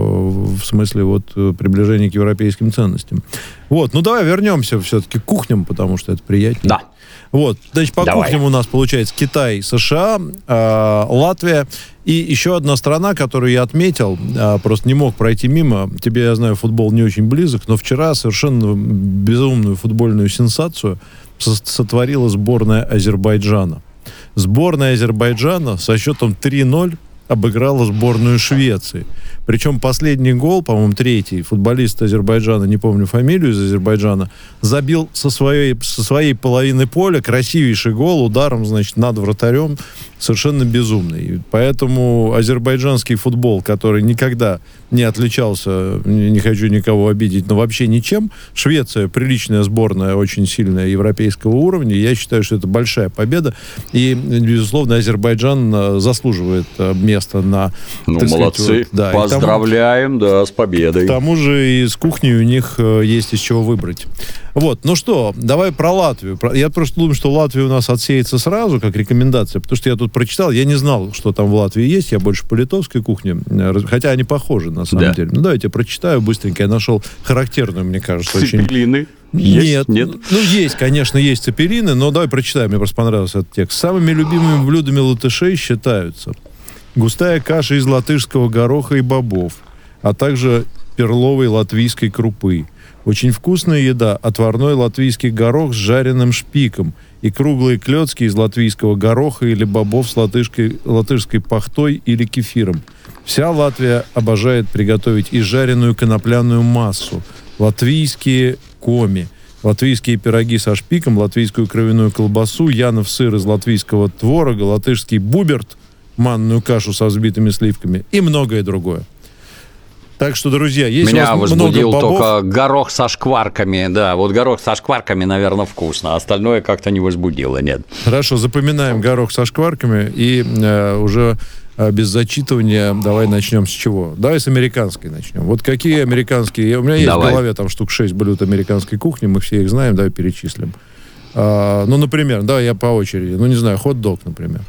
в смысле вот приближения к европейским ценностям. Вот, ну, давай вернемся все-таки к кухням, потому что это приятнее. Да. Вот, значит, по кухням у нас получается Китай, США, Латвия и еще одна страна, которую я отметил, просто не мог пройти мимо. Тебе, я знаю, футбол не очень близок, но вчера совершенно безумную футбольную сенсацию сотворила сборная Азербайджана. Сборная Азербайджана со счетом 3-0 обыграла сборную Швеции. Причем последний гол, по-моему, третий, футболист Азербайджана, не помню фамилию из Азербайджана, забил со своей половины поля красивейший гол ударом, значит, над вратарем, совершенно безумный. И поэтому азербайджанский футбол, который никогда не отличался, не хочу никого обидеть, но вообще ничем. Швеция приличная сборная, очень сильная, европейского уровня. Я считаю, что это большая победа. И, безусловно, Азербайджан заслуживает места на... Ну, молодцы. Сказать, вот, да, поздравляем, да, с победой. К тому же и с кухней у них есть из чего выбрать. Вот, ну что, давай про Латвию. Я просто думаю, что Латвия у нас отсеется сразу, как рекомендация, потому что я тут прочитал, я не знал, что там в Латвии есть, я больше по литовской кухне, хотя они похожи, на самом деле. Ну, давайте я прочитаю быстренько, я нашел характерную, мне кажется, Цепелины. Нет. Ну, есть, конечно, есть цепелины, но давай прочитаем, мне просто понравился этот текст. Самыми любимыми блюдами латышей считаются густая каша из латышского гороха и бобов, а также перловой латвийской крупы. Очень вкусная еда – отварной латвийский горох с жареным шпиком и круглые клёцки из латвийского гороха или бобов с латышской пахтой или кефиром. Вся Латвия обожает приготовить и жареную конопляную массу, латвийские коми, латвийские пироги со шпиком, латвийскую кровяную колбасу, янов сыр из латвийского творога, латышский буберт, манную кашу со взбитыми сливками и многое другое. Так что, друзья, есть меня у вас возбудил много бобов. только горох со шкварками. Да, вот горох со шкварками, наверное, вкусно. Остальное как-то не возбудило, нет. Хорошо, запоминаем горох со шкварками. И уже без зачитывания давай начнем с чего? Давай с американской начнем. Вот какие американские... У меня есть в голове там штук 6 блюд американской кухни. Мы все их знаем, давай перечислим. Ну, например, да, я по очереди. Ну, не знаю, хот-дог, например.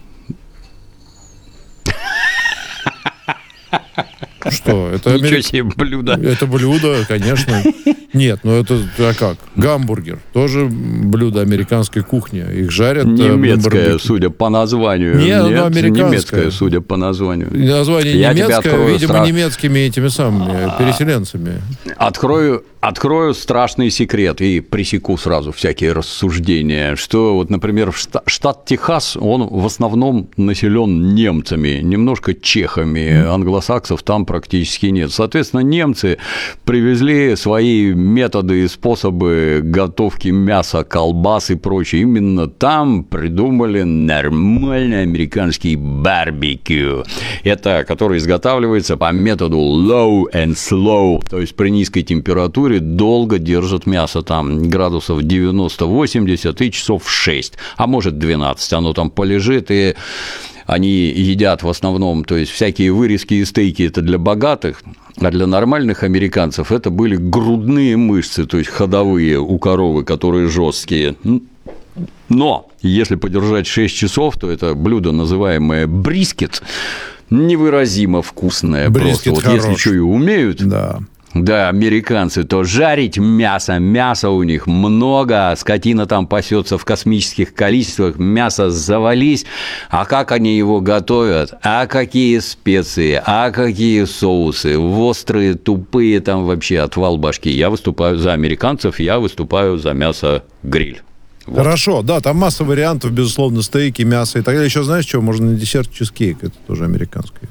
Что? Это Ничего себе блюдо. Это блюдо, конечно. Нет, ну это а как? Гамбургер. Тоже блюдо американской кухни. Их жарят. Немецкое, судя по названию. Нет, американское. Немецкое, судя по названию. Название немецкое, видимо, немецкими этими самыми переселенцами. Открою страшный секрет и пресеку сразу всякие рассуждения, что вот, например, штат Техас, он в основном населен немцами, немножко чехами, англосаксов там практически нет. Соответственно, немцы привезли свои методы и способы готовки мяса, колбас и прочее. Именно там придумали нормальный американский барбекю. Это который изготавливается по методу low and slow, то есть при низкой температуре долго держат мясо, там градусов 90-80 и часов 6, а может 12, оно там полежит, и они едят в основном, то есть всякие вырезки и стейки – это для богатых, а для нормальных американцев это были грудные мышцы, то есть ходовые у коровы, которые жесткие. Но если подержать 6 часов, то это блюдо, называемое брискет, невыразимо вкусное. Брискет просто. Вот если что и умеют, да. Да, американцы, то жарить мясо у них много, скотина там пасется в космических количествах, мясо завались, а как они его готовят, а какие специи, а какие соусы, острые, тупые, там вообще отвал башки. Я выступаю за американцев, я выступаю за мясо-гриль. Вот. Хорошо, да, там масса вариантов, безусловно, стейки, мясо и так далее. Еще знаешь, что? Можно на десерт чизкейк, это тоже американское.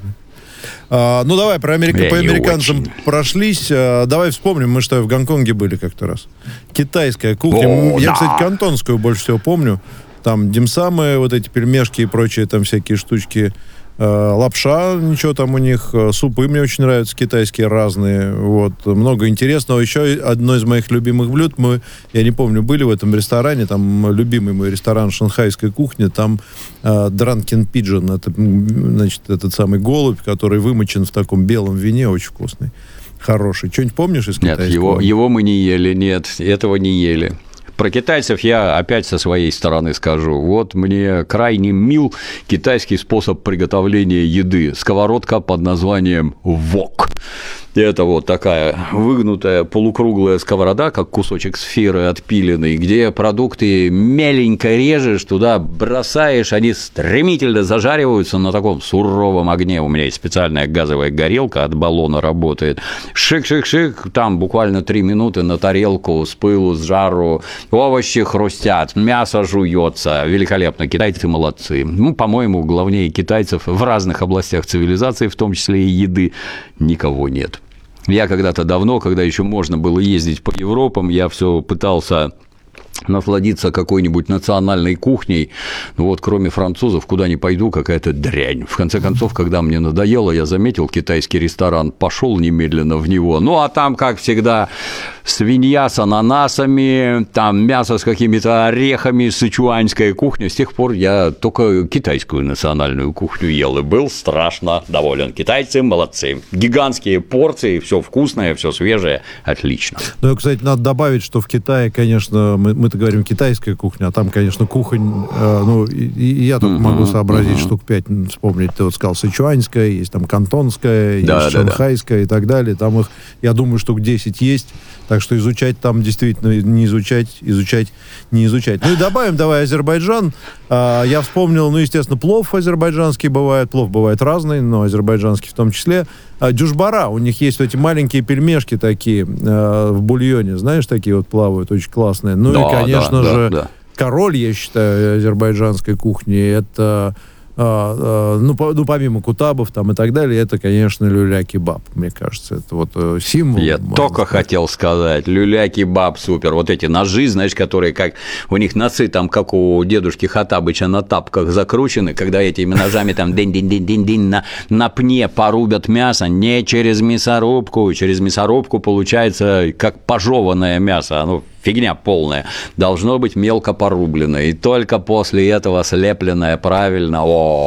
Ну, давай по американцам прошлись. Давай вспомним, мы что, в Гонконге были как-то раз. Китайская кухня. Я, кстати, кантонскую больше всего помню. Там димсамы, вот эти пельмешки и прочие там всякие штучки. Лапша, ничего там у них. Супы мне очень нравятся, китайские разные. Вот. Много интересного. Еще одно из моих любимых блюд. Я не помню, были в этом ресторане. Там любимый мой ресторан шанхайской кухни. Там Drunken Pigeon. Это, значит, этот самый голубь, который вымочен в таком белом вине. Очень вкусный. Хороший. Что-нибудь помнишь из китайского? Нет, его мы не ели. Нет, этого не ели. Про китайцев я опять со своей стороны скажу. Вот мне крайне мил китайский способ приготовления еды. Сковородка под названием вок. Это вот такая выгнутая полукруглая сковорода, как кусочек сферы отпиленный, где продукты меленько режешь, туда бросаешь, они стремительно зажариваются на таком суровом огне. У меня есть специальная газовая горелка, от баллона работает. Шик-шик-шик, там буквально 3 минуты на тарелку, с пылу, с жару, овощи хрустят, мясо жуется. Великолепно, китайцы молодцы. Ну, по-моему, главнее китайцев в разных областях цивилизации, в том числе и еды, никого нет. Я когда-то давно, когда еще можно было ездить по Европам, я все пытался насладиться какой-нибудь национальной кухней. Ну вот, кроме французов, куда ни пойду, какая-то дрянь. В конце концов, когда мне надоело, я заметил китайский ресторан, пошел немедленно в него. Ну, а там, как всегда, свинья с ананасами, там мясо с какими-то орехами, сычуанская кухня. С тех пор я только китайскую национальную кухню ел и был страшно доволен. Китайцы молодцы. Гигантские порции, все вкусное, все свежее, отлично. Ну, кстати, надо добавить, что в Китае, конечно, мы-то говорим китайская кухня, а там, конечно, кухонь, я только могу сообразить штук 5 вспомнить. Ты вот сказал, сычуанская, есть там кантонская, есть шанхайская и так далее. Там их, я думаю, штук 10 есть. Так что изучать там действительно не изучать, не изучать. Ну и добавим давай Азербайджан. Я вспомнил, естественно, плов азербайджанский бывает. Плов бывает разный, но азербайджанский в том числе. Дюшбара. У них есть вот эти маленькие пельмешки такие в бульоне. Знаешь, такие вот плавают, очень классные. Ну и, конечно же, король, я считаю, азербайджанской кухни, это... помимо кутабов там и так далее, это, конечно, люля-кебаб, мне кажется. Это вот символ. Я только хотел сказать, люля-кебаб супер. Вот эти ножи, знаешь, которые как... У них носы там, как у дедушки Хатабыча, на тапках закручены, когда этими ножами там дин-дин-дин-дин-дин на пне порубят мясо не через мясорубку. Через мясорубку получается как пожеванное мясо. Оно фигня полная. Должно быть мелко порубленное. И только после этого слепленное правильно.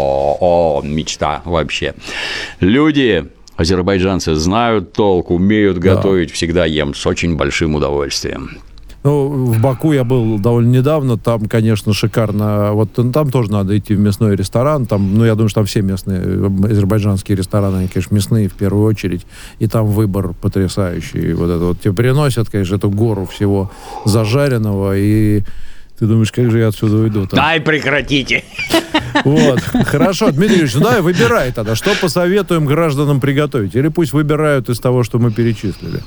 Мечта вообще. Люди, азербайджанцы, знают толк, умеют готовить, всегда ем с очень большим удовольствием. Ну, в Баку я был довольно недавно, там, конечно, шикарно. Вот там тоже надо идти в мясной ресторан. Там, я думаю, что там все местные азербайджанские рестораны, они, конечно, мясные в первую очередь. И там выбор потрясающий. Вот это вот тебе приносят, конечно, эту гору всего зажаренного, и ты думаешь, как же я отсюда уйду? Дай прекратите! Вот, хорошо, Дмитрий Ильич, давай выбирай тогда, что посоветуем гражданам приготовить? Или пусть выбирают из того, что мы перечислили?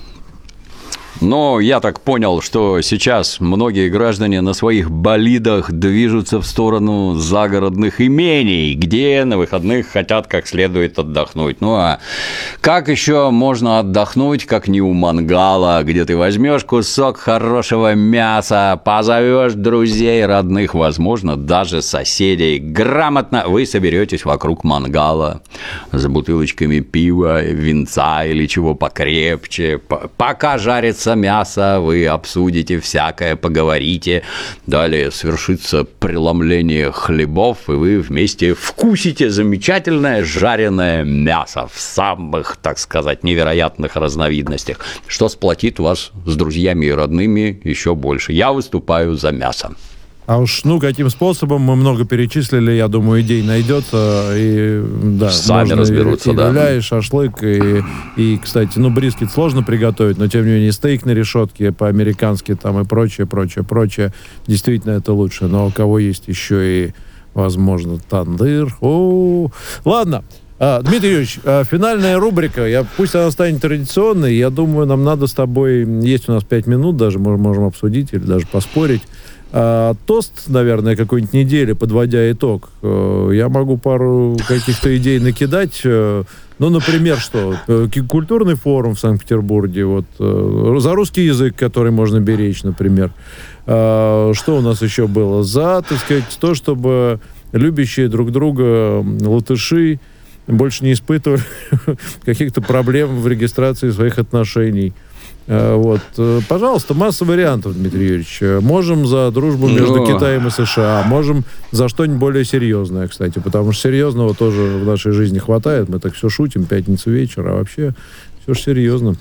Но я так понял, что сейчас многие граждане на своих болидах движутся в сторону загородных имений, где на выходных хотят как следует отдохнуть. Ну а как еще можно отдохнуть, как не у мангала, где ты возьмешь кусок хорошего мяса, позовешь друзей, родных, возможно, даже соседей. Грамотно вы соберетесь вокруг мангала с бутылочками пива, винца или чего покрепче. Пока жарится мясо, вы обсудите всякое, поговорите. Далее свершится преломление хлебов, и вы вместе вкусите замечательное жареное мясо в самых, так сказать, невероятных разновидностях, что сплотит вас с друзьями и родными еще больше. Я выступаю за мясо. А уж, каким способом, мы много перечислили, я думаю, идей найдется, и, да, сами разберутся, и гуляй, и шашлык, и, кстати, брискет сложно приготовить, но, тем не менее, стейк на решетке по-американски там и прочее, действительно, это лучше. Но у кого есть еще и, возможно, тандыр. Ладно. Дмитрий Юрьевич, финальная рубрика, пусть она станет традиционной, я думаю, нам надо с тобой, есть у нас 5 минут, даже можем обсудить или даже поспорить. Тост, наверное, какой-нибудь недели, подводя итог. Я могу пару каких-то идей накидать. Например, что? Культурный форум в Санкт-Петербурге. За русский язык, который можно беречь, например. Что у нас еще было? За, так сказать, то, чтобы любящие друг друга латыши больше не испытывали каких-то проблем в регистрации своих отношений. Пожалуйста, масса вариантов, Дмитрий Юрьевич. Можем за дружбу между Китаем и США, можем за что-нибудь более серьезное, кстати, потому что серьезного тоже в нашей жизни хватает. Мы так все шутим, пятница вечер, а вообще все же серьезно.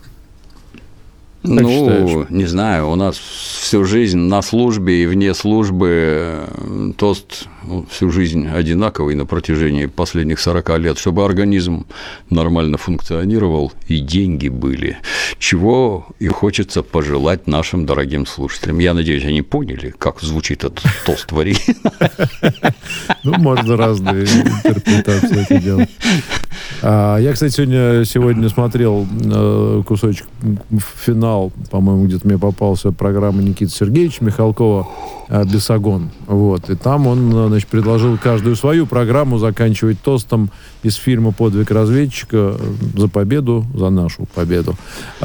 Как считаешь? Не знаю, у нас всю жизнь на службе и вне службы тост всю жизнь одинаковый на протяжении последних 40 лет, чтобы организм нормально функционировал и деньги были. Чего и хочется пожелать нашим дорогим слушателям. Я надеюсь, они поняли, как звучит этот тост в оригинале. Можно разные интерпретации это делать. Я, кстати, сегодня смотрел кусочек финал, по-моему, где-то мне попался программа Никиты Сергеевича Михалкова «Бесогон». И там он, предложил каждую свою программу заканчивать тостом из фильма «Подвиг разведчика» за победу, за нашу победу.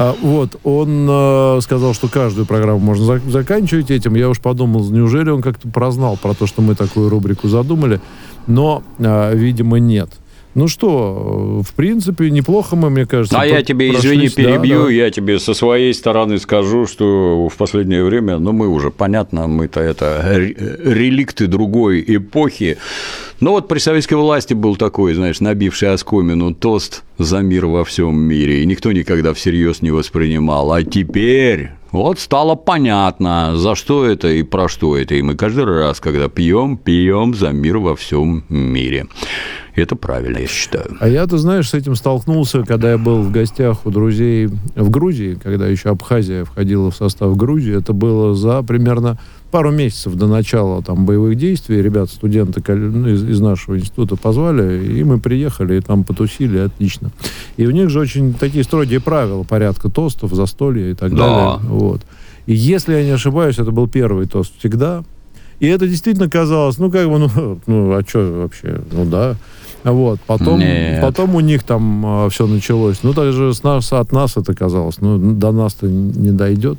Он сказал, что каждую программу можно заканчивать этим. Я уж подумал, неужели он как-то прознал про то, что мы такую рубрику задумали? Но, видимо, нет. В принципе, неплохо мы, мне кажется. Я тебе, извини, перебью, я тебе со своей стороны скажу, что в последнее время, мы уже, понятно, мы-то это реликты другой эпохи. При советской власти был такой, набивший оскомину тост за мир во всем мире, и никто никогда всерьез не воспринимал. А теперь стало понятно, за что это и про что это. И мы каждый раз, когда пьем за мир во всем мире. Это правильно, я считаю. А я, с этим столкнулся, когда я был в гостях у друзей в Грузии, когда еще Абхазия входила в состав Грузии. Это было за примерно пару месяцев до начала боевых действий. Ребята, студенты из нашего института позвали, и мы приехали, и там потусили, отлично. И у них же очень такие строгие правила, порядка тостов, застолья и так далее. И если я не ошибаюсь, это был первый тост всегда. И это действительно казалось, а что вообще? Да. Потом у них там все началось. Даже от нас это казалось. До нас-то не дойдет.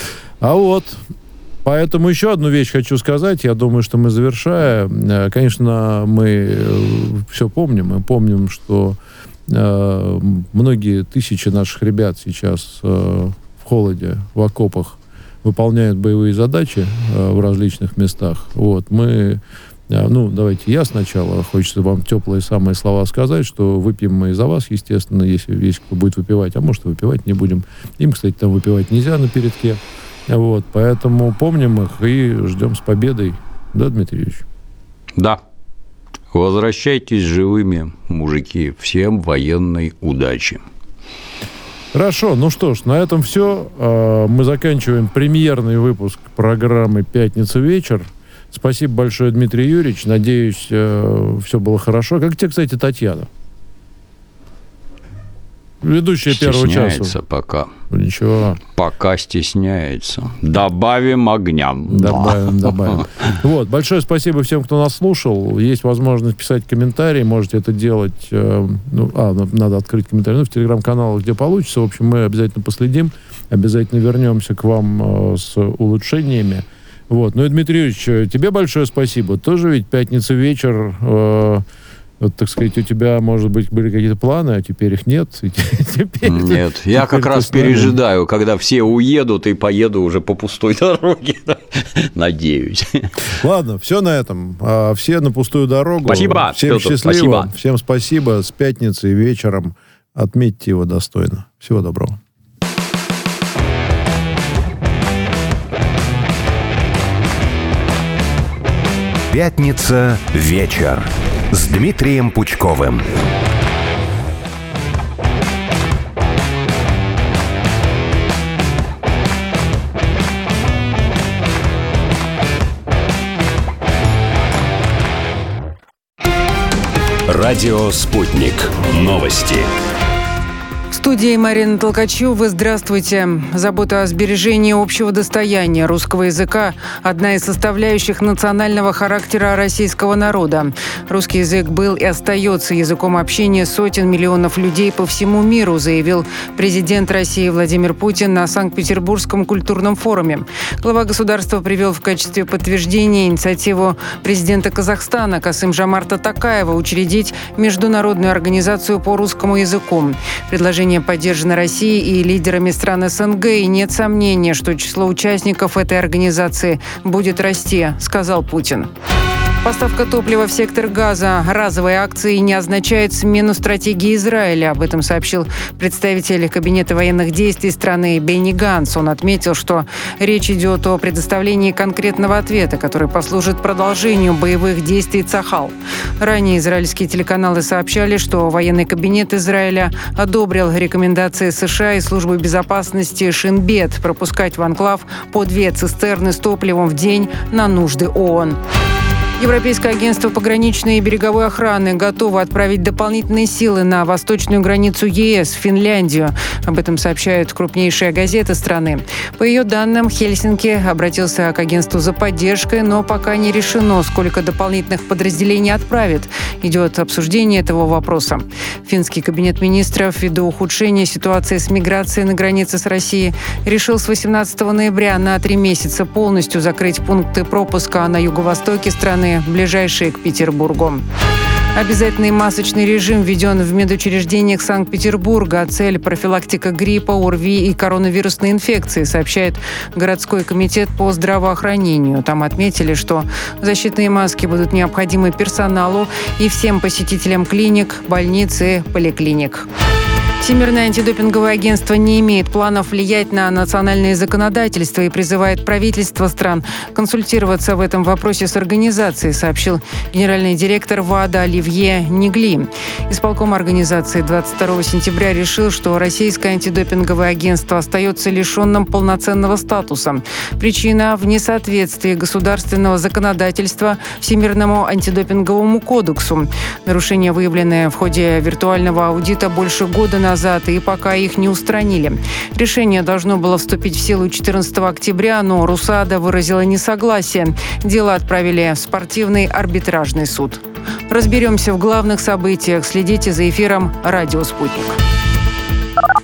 Поэтому еще одну вещь хочу сказать. Я думаю, что мы завершая. Конечно, мы все помним. Мы помним, что многие тысячи наших ребят сейчас в холоде, в окопах выполняют боевые задачи в различных местах. Мы... давайте я сначала. Хочется вам теплые самые слова сказать, что выпьем мы и за вас, естественно, если есть кто будет выпивать, а может и выпивать не будем. Им, кстати, там выпивать нельзя на передке. Поэтому помним их и ждем с победой. Да, Дмитрий Юрьевич? Да. Возвращайтесь живыми, мужики. Всем военной удачи. Хорошо, на этом все. Мы заканчиваем премьерный выпуск программы «Пятница вечер». Спасибо большое, Дмитрий Юрьевич. Надеюсь, все было хорошо. Как тебе, кстати, Татьяна? Ведущая первого часа. Стесняется пока. Ничего. Пока стесняется. Добавим огня. Добавим. Большое спасибо всем, кто нас слушал. Есть возможность писать комментарии. Можете это делать. Надо открыть комментарий. В телеграм-каналах, где получится. В общем, мы обязательно последим. Обязательно вернемся к вам с улучшениями. И, Дмитрий Юрьевич, тебе большое спасибо. Тоже ведь пятница вечер. Так сказать, у тебя, может быть, были какие-то планы, а теперь их нет. Нет, я как раз пережидаю, когда все уедут, и поеду уже по пустой дороге. Надеюсь. Ладно, все на этом. Все на пустую дорогу. Спасибо, всем счастливо. Спасибо. Всем спасибо. С пятницей вечером. Отметьте его достойно. Всего доброго. Пятница. Вечер. С Дмитрием Пучковым. Радио «Спутник». Новости. В студии Марина Толкачева. Здравствуйте. Забота о сбережении общего достояния русского языка – одна из составляющих национального характера российского народа. Русский язык был и остается языком общения сотен миллионов людей по всему миру, заявил президент России Владимир Путин на Санкт-Петербургском культурном форуме. Глава государства привел в качестве подтверждения инициативу президента Казахстана Касым-Жомарта Токаева учредить Международную организацию по русскому языку. Предложение поддержано Россией и лидерами стран СНГ, и нет сомнения, что число участников этой организации будет расти, сказал Путин. Поставка топлива в сектор Газа разовой акцией не означает смену стратегии Израиля. Об этом сообщил представитель Кабинета военных действий страны Бенни Ганц. Он отметил, что речь идет о предоставлении конкретного ответа, который послужит продолжению боевых действий Цахал. Ранее израильские телеканалы сообщали, что военный кабинет Израиля одобрил рекомендации США и службы безопасности Шин Бет пропускать в анклав по 2 цистерны с топливом в день на нужды ООН. Европейское агентство пограничной и береговой охраны готово отправить дополнительные силы на восточную границу ЕС, Финляндию. Об этом сообщают крупнейшие газеты страны. По ее данным, Хельсинки обратился к агентству за поддержкой, но пока не решено, сколько дополнительных подразделений отправит. Идет обсуждение этого вопроса. Финский кабинет министров, ввиду ухудшения ситуации с миграцией на границе с Россией, решил с 18 ноября на 3 месяца полностью закрыть пункты пропуска на юго-востоке страны, ближайшие к Петербургу. Обязательный масочный режим введен в медучреждениях Санкт-Петербурга. Цель – профилактика гриппа, ОРВИ и коронавирусной инфекции, сообщает городской комитет по здравоохранению. Там отметили, что защитные маски будут необходимы персоналу и всем посетителям клиник, больниц и поликлиник. Всемирное антидопинговое агентство не имеет планов влиять на национальное законодательство и призывает правительства стран консультироваться в этом вопросе с организацией, сообщил генеральный директор ВАДА Оливье Нигли. Исполком организации 22 сентября решил, что российское антидопинговое агентство остается лишенным полноценного статуса. Причина – в несоответствии государственного законодательства Всемирному антидопинговому кодексу. Нарушения выявлены в ходе виртуального аудита больше года назад, и пока их не устранили. Решение должно было вступить в силу 14 октября, но РУСАДА выразила несогласие. Дело отправили в спортивный арбитражный суд. Разберемся в главных событиях. Следите за эфиром «Радио Спутник».